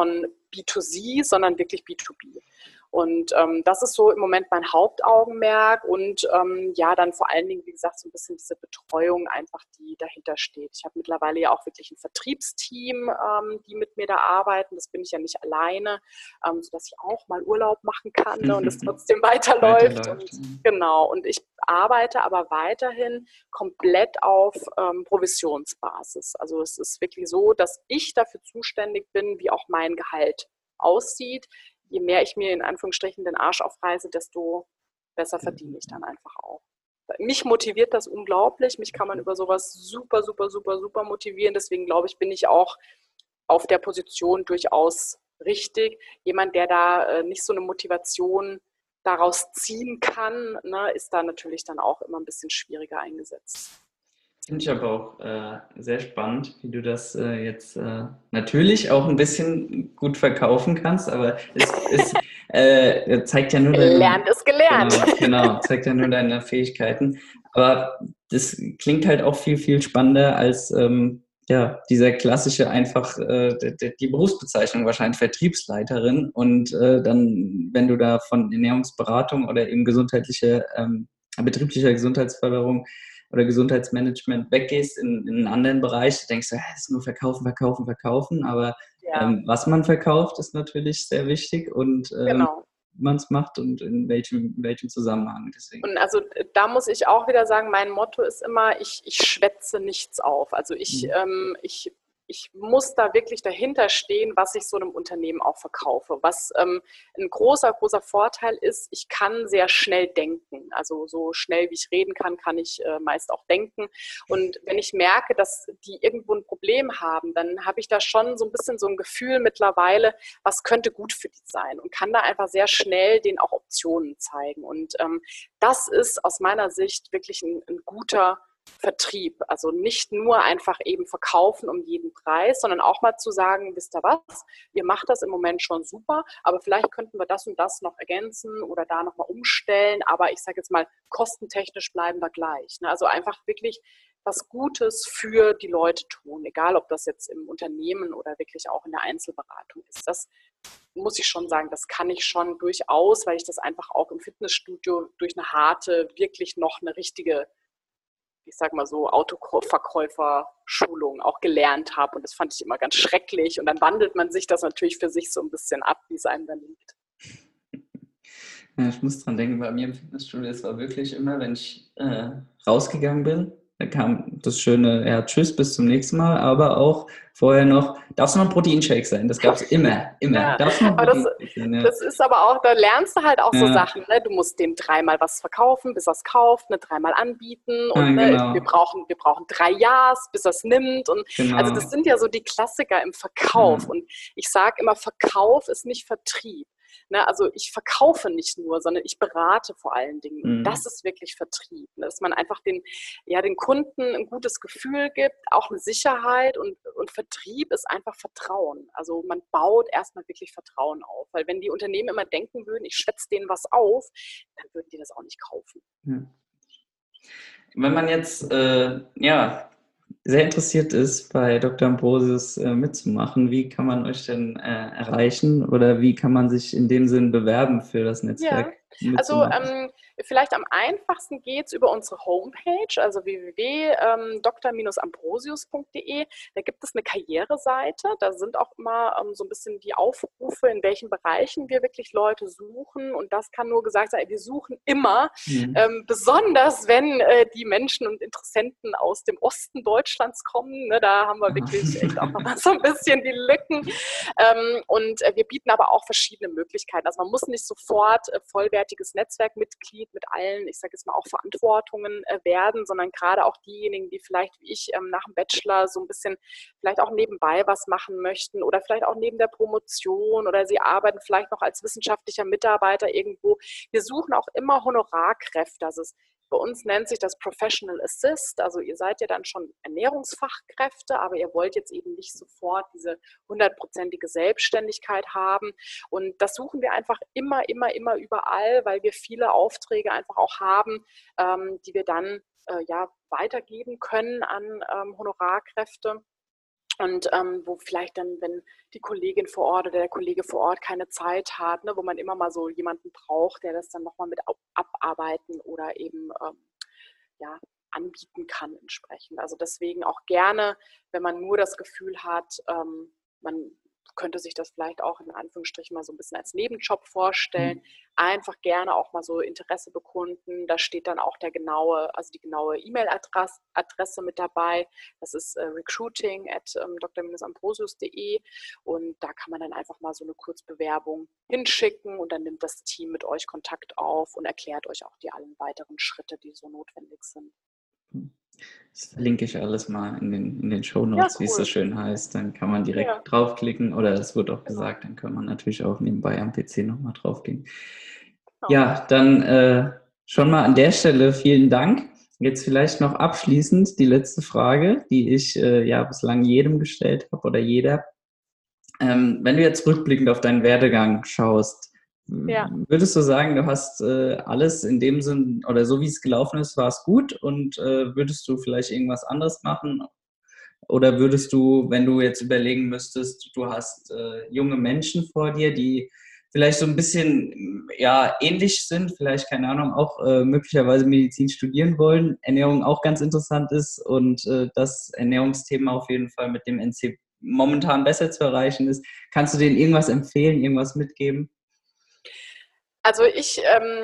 B2C, sondern wirklich B2B. Und das ist so im Moment mein Hauptaugenmerk und ja, dann vor allen Dingen, wie gesagt, so ein bisschen diese Betreuung einfach, die dahinter steht. Ich habe mittlerweile ja auch wirklich ein Vertriebsteam, die mit mir da arbeiten. Das bin ich ja nicht alleine, sodass ich auch mal Urlaub machen kann, ne, und es trotzdem weiterläuft. Und, genau, und ich arbeite aber weiterhin komplett auf Provisionsbasis. Also es ist wirklich so, dass ich dafür zuständig bin, wie auch mein Gehalt aussieht. Je mehr ich mir in Anführungsstrichen den Arsch aufreiße, desto besser verdiene ich dann einfach auch. Mich motiviert das unglaublich. Mich kann man über sowas super, super, super, super motivieren. Deswegen glaube ich, bin ich auch auf der Position durchaus richtig. Jemand, der da nicht so eine Motivation daraus ziehen kann, ne, ist da natürlich dann auch immer ein bisschen schwieriger eingesetzt. Finde ich aber auch sehr spannend, wie du das jetzt natürlich auch ein bisschen gut verkaufen kannst, aber es zeigt ja nur gelernt ist gelernt. Genau, zeigt ja nur deine Fähigkeiten. Aber das klingt halt auch viel, viel spannender als ja, dieser klassische einfach die Berufsbezeichnung wahrscheinlich Vertriebsleiterin. Und dann, wenn du da von Ernährungsberatung oder eben betrieblicher Gesundheitsförderung oder Gesundheitsmanagement weggehst in einen anderen Bereich, denkst du, es ist nur verkaufen, verkaufen, verkaufen. Aber Ja. was man verkauft, ist natürlich sehr wichtig und Genau. wie man es macht und in welchem Zusammenhang. Deswegen. Und also da muss ich auch wieder sagen, mein Motto ist immer, ich schwätze nichts auf. Also ich muss da wirklich dahinter stehen, was ich so einem Unternehmen auch verkaufe. Was ein großer, großer Vorteil ist, ich kann sehr schnell denken. Also so schnell wie ich reden kann, kann ich meist auch denken. Und wenn ich merke, dass die irgendwo ein Problem haben, dann habe ich da schon so ein bisschen so ein Gefühl mittlerweile, was könnte gut für die sein, und kann da einfach sehr schnell denen auch Optionen zeigen. Und das ist aus meiner Sicht wirklich ein guter Vertrieb. Also nicht nur einfach eben verkaufen um jeden Preis, sondern auch mal zu sagen, wisst ihr was, ihr macht das im Moment schon super, aber vielleicht könnten wir das und das noch ergänzen oder da nochmal umstellen, aber ich sage jetzt mal, kostentechnisch bleiben wir gleich. Also einfach wirklich was Gutes für die Leute tun, egal ob das jetzt im Unternehmen oder wirklich auch in der Einzelberatung ist. Das muss ich schon sagen, das kann ich schon durchaus, weil ich das einfach auch im Fitnessstudio durch eine harte, wirklich noch eine richtige, ich sag mal so, Autoverkäufer-Schulung auch gelernt habe. Und das fand ich immer ganz schrecklich. Und dann wandelt man sich das natürlich für sich so ein bisschen ab, wie es einem dann liegt. Ja, ich muss dran denken, bei mir im Fitnessstudio, es war wirklich immer, wenn ich rausgegangen bin, da kam das schöne, ja, tschüss, bis zum nächsten Mal, aber auch vorher noch, darf es noch ein Proteinshake sein? Das gab es immer, immer. Ja, darf es noch ein Proteinshake sein? Ja. Das ist aber auch, da lernst du halt auch so Sachen. Ne? Du musst dem dreimal was verkaufen, bis er es kauft, ne? Dreimal anbieten und genau. wir brauchen 3 Jahres, bis er es nimmt. Und genau. Also das sind ja so die Klassiker im Verkauf. Und ich sage immer, Verkauf ist nicht Vertrieb. Ne, also ich verkaufe nicht nur, sondern ich berate vor allen Dingen. Und das ist wirklich Vertrieb. Ne? Dass man einfach den Kunden ein gutes Gefühl gibt, auch eine Sicherheit. Und Vertrieb ist einfach Vertrauen. Also man baut erstmal wirklich Vertrauen auf. Weil wenn die Unternehmen immer denken würden, ich schwätze denen was auf, dann würden die das auch nicht kaufen. Ja. Wenn man jetzt sehr interessiert ist, bei Dr. Ambrosius mitzumachen, wie kann man euch denn erreichen oder wie kann man sich in dem Sinn bewerben für das Netzwerk? Ja, also vielleicht am einfachsten geht es über unsere Homepage, also www.dr-ambrosius.de. Da gibt es eine Karriereseite, da sind auch immer so ein bisschen die Aufrufe, in welchen Bereichen wir wirklich Leute suchen, und das kann nur gesagt sein, wir suchen immer, besonders wenn die Menschen und Interessenten aus dem Osten Deutschlands kommen, ne, da haben wir wirklich echt auch noch mal so ein bisschen die Lücken, und wir bieten aber auch verschiedene Möglichkeiten, also man muss nicht sofort vollwertiges Netzwerkmitglied mit allen, ich sage jetzt mal auch Verantwortungen werden, sondern gerade auch diejenigen, die vielleicht wie ich nach dem Bachelor so ein bisschen vielleicht auch nebenbei was machen möchten oder vielleicht auch neben der Promotion oder sie arbeiten vielleicht noch als wissenschaftlicher Mitarbeiter irgendwo. Wir suchen auch immer Honorarkräfte. Also bei uns nennt sich das Professional Assist, also ihr seid ja dann schon Ernährungsfachkräfte, aber ihr wollt jetzt eben nicht sofort diese 100%ige Selbstständigkeit haben, und das suchen wir einfach immer überall, weil wir viele Aufträge einfach auch haben, die wir dann weitergeben können an Honorarkräfte. Und wo vielleicht dann, wenn die Kollegin vor Ort oder der Kollege vor Ort keine Zeit hat, ne, wo man immer mal so jemanden braucht, der das dann nochmal mit abarbeiten oder eben ja, anbieten kann entsprechend. Also deswegen auch gerne, wenn man nur das Gefühl hat, man könnte sich das vielleicht auch in Anführungsstrichen mal so ein bisschen als Nebenjob vorstellen, einfach gerne auch mal so Interesse bekunden. Da steht dann auch die genaue E-Mail-Adresse mit dabei. Das ist recruiting@dr-ambrosius.de und da kann man dann einfach mal so eine Kurzbewerbung hinschicken und dann nimmt das Team mit euch Kontakt auf und erklärt euch auch die allen weiteren Schritte, die so notwendig sind. Das verlinke ich alles mal in den Shownotes, wie es so schön heißt. Dann kann man direkt draufklicken oder es wird auch gesagt, dann kann man natürlich auch nebenbei am PC nochmal draufgehen. Ja, dann schon mal an der Stelle vielen Dank. Jetzt vielleicht noch abschließend die letzte Frage, die ich bislang jedem gestellt habe oder jeder. Wenn du jetzt rückblickend auf deinen Werdegang schaust, würdest du sagen, du hast alles in dem Sinn, oder so wie es gelaufen ist, war es gut und würdest du vielleicht irgendwas anderes machen? Oder würdest du, wenn du jetzt überlegen müsstest, du hast junge Menschen vor dir, die vielleicht so ein bisschen ähnlich sind, vielleicht, keine Ahnung, auch möglicherweise Medizin studieren wollen, Ernährung auch ganz interessant ist und das Ernährungsthema auf jeden Fall mit dem NC momentan besser zu erreichen ist. Kannst du denen irgendwas empfehlen, irgendwas mitgeben? Also ich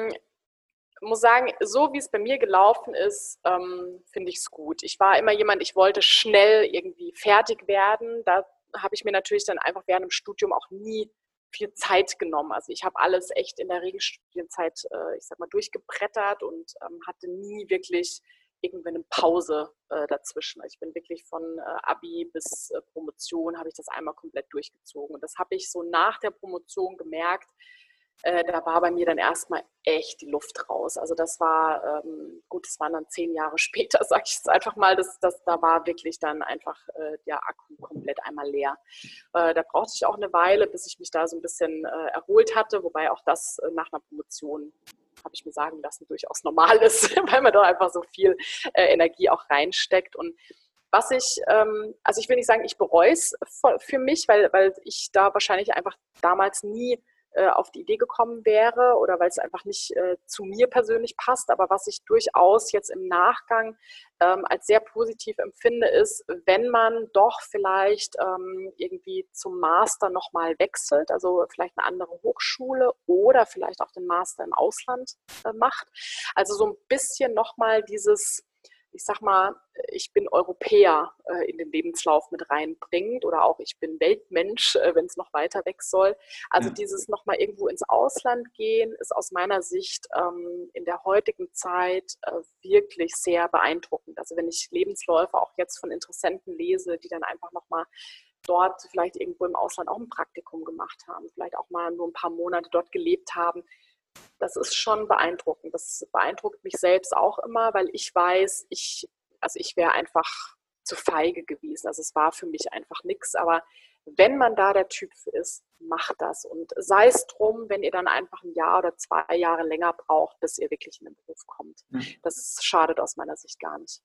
muss sagen, so wie es bei mir gelaufen ist, finde ich es gut. Ich war immer jemand, ich wollte schnell irgendwie fertig werden. Da habe ich mir natürlich dann einfach während dem Studium auch nie viel Zeit genommen. Also ich habe alles echt in der Regelstudienzeit, durchgebrettert und hatte nie wirklich irgendwie eine Pause dazwischen. Ich bin wirklich von Abi bis Promotion, habe ich das einmal komplett durchgezogen. Und das habe ich so nach der Promotion gemerkt, da war bei mir dann erstmal echt die Luft raus. Also das war, das waren dann 10 Jahre später, sage ich jetzt einfach mal, da war wirklich dann einfach der Akku komplett einmal leer. Da brauchte ich auch eine Weile, bis ich mich da so ein bisschen erholt hatte, wobei auch das nach einer Promotion, habe ich mir sagen lassen, durchaus normal ist, weil man da einfach so viel Energie auch reinsteckt. Und was ich will nicht sagen, ich bereue es für mich, weil ich da wahrscheinlich einfach damals nie auf die Idee gekommen wäre oder weil es einfach nicht zu mir persönlich passt. Aber was ich durchaus jetzt im Nachgang als sehr positiv empfinde, ist, wenn man doch vielleicht irgendwie zum Master nochmal wechselt, also vielleicht eine andere Hochschule oder vielleicht auch den Master im Ausland macht. Also so ein bisschen nochmal dieses, ich sag mal, ich bin Europäer in den Lebenslauf mit reinbringt oder auch ich bin Weltmensch, wenn es noch weiter weg soll. Also dieses nochmal irgendwo ins Ausland gehen, ist aus meiner Sicht in der heutigen Zeit wirklich sehr beeindruckend. Also wenn ich Lebensläufe auch jetzt von Interessenten lese, die dann einfach nochmal dort vielleicht irgendwo im Ausland auch ein Praktikum gemacht haben, vielleicht auch mal nur ein paar Monate dort gelebt haben, das ist schon beeindruckend. Das beeindruckt mich selbst auch immer, weil ich weiß, ich wäre einfach zu feige gewesen. Also es war für mich einfach nichts. Aber wenn man da der Typ für ist, macht das. Und sei es drum, wenn ihr dann einfach 1 Jahr oder 2 Jahre länger braucht, bis ihr wirklich in den Beruf kommt. Das schadet aus meiner Sicht gar nicht.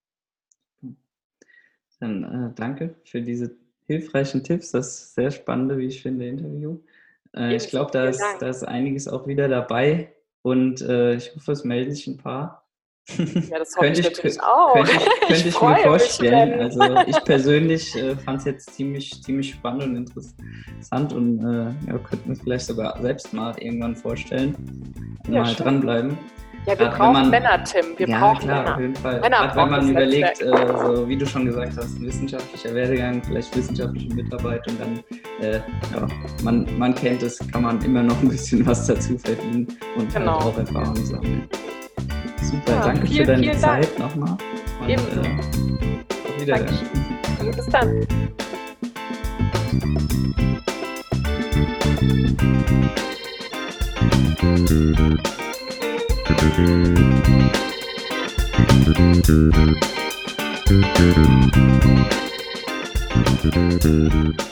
Dann danke für diese hilfreichen Tipps. Das sehr spannende, wie ich finde, Interview. Ich glaube, da ist einiges auch wieder dabei und ich hoffe, es melden sich ein paar. Ja, das hoffe ich natürlich auch. Könnte ich mir vorstellen. Also ich persönlich fand es jetzt ziemlich spannend und interessant und könnte mir vielleicht sogar selbst mal irgendwann vorstellen. Mal dranbleiben. Ja, wir brauchen Männer, Tim. Wir brauchen Männer. Auf jeden Fall. Gerade wenn man überlegt, so wie du schon gesagt hast, ein wissenschaftlicher Werdegang, vielleicht wissenschaftliche Mitarbeit und dann, man kennt es, kann man immer noch ein bisschen was dazu verdienen und halt auch Erfahrung sammeln. Super, danke für deine Zeit nochmal. Ebenso. Auf Wiedersehen. Bis dann.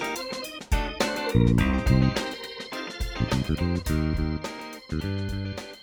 Thank you.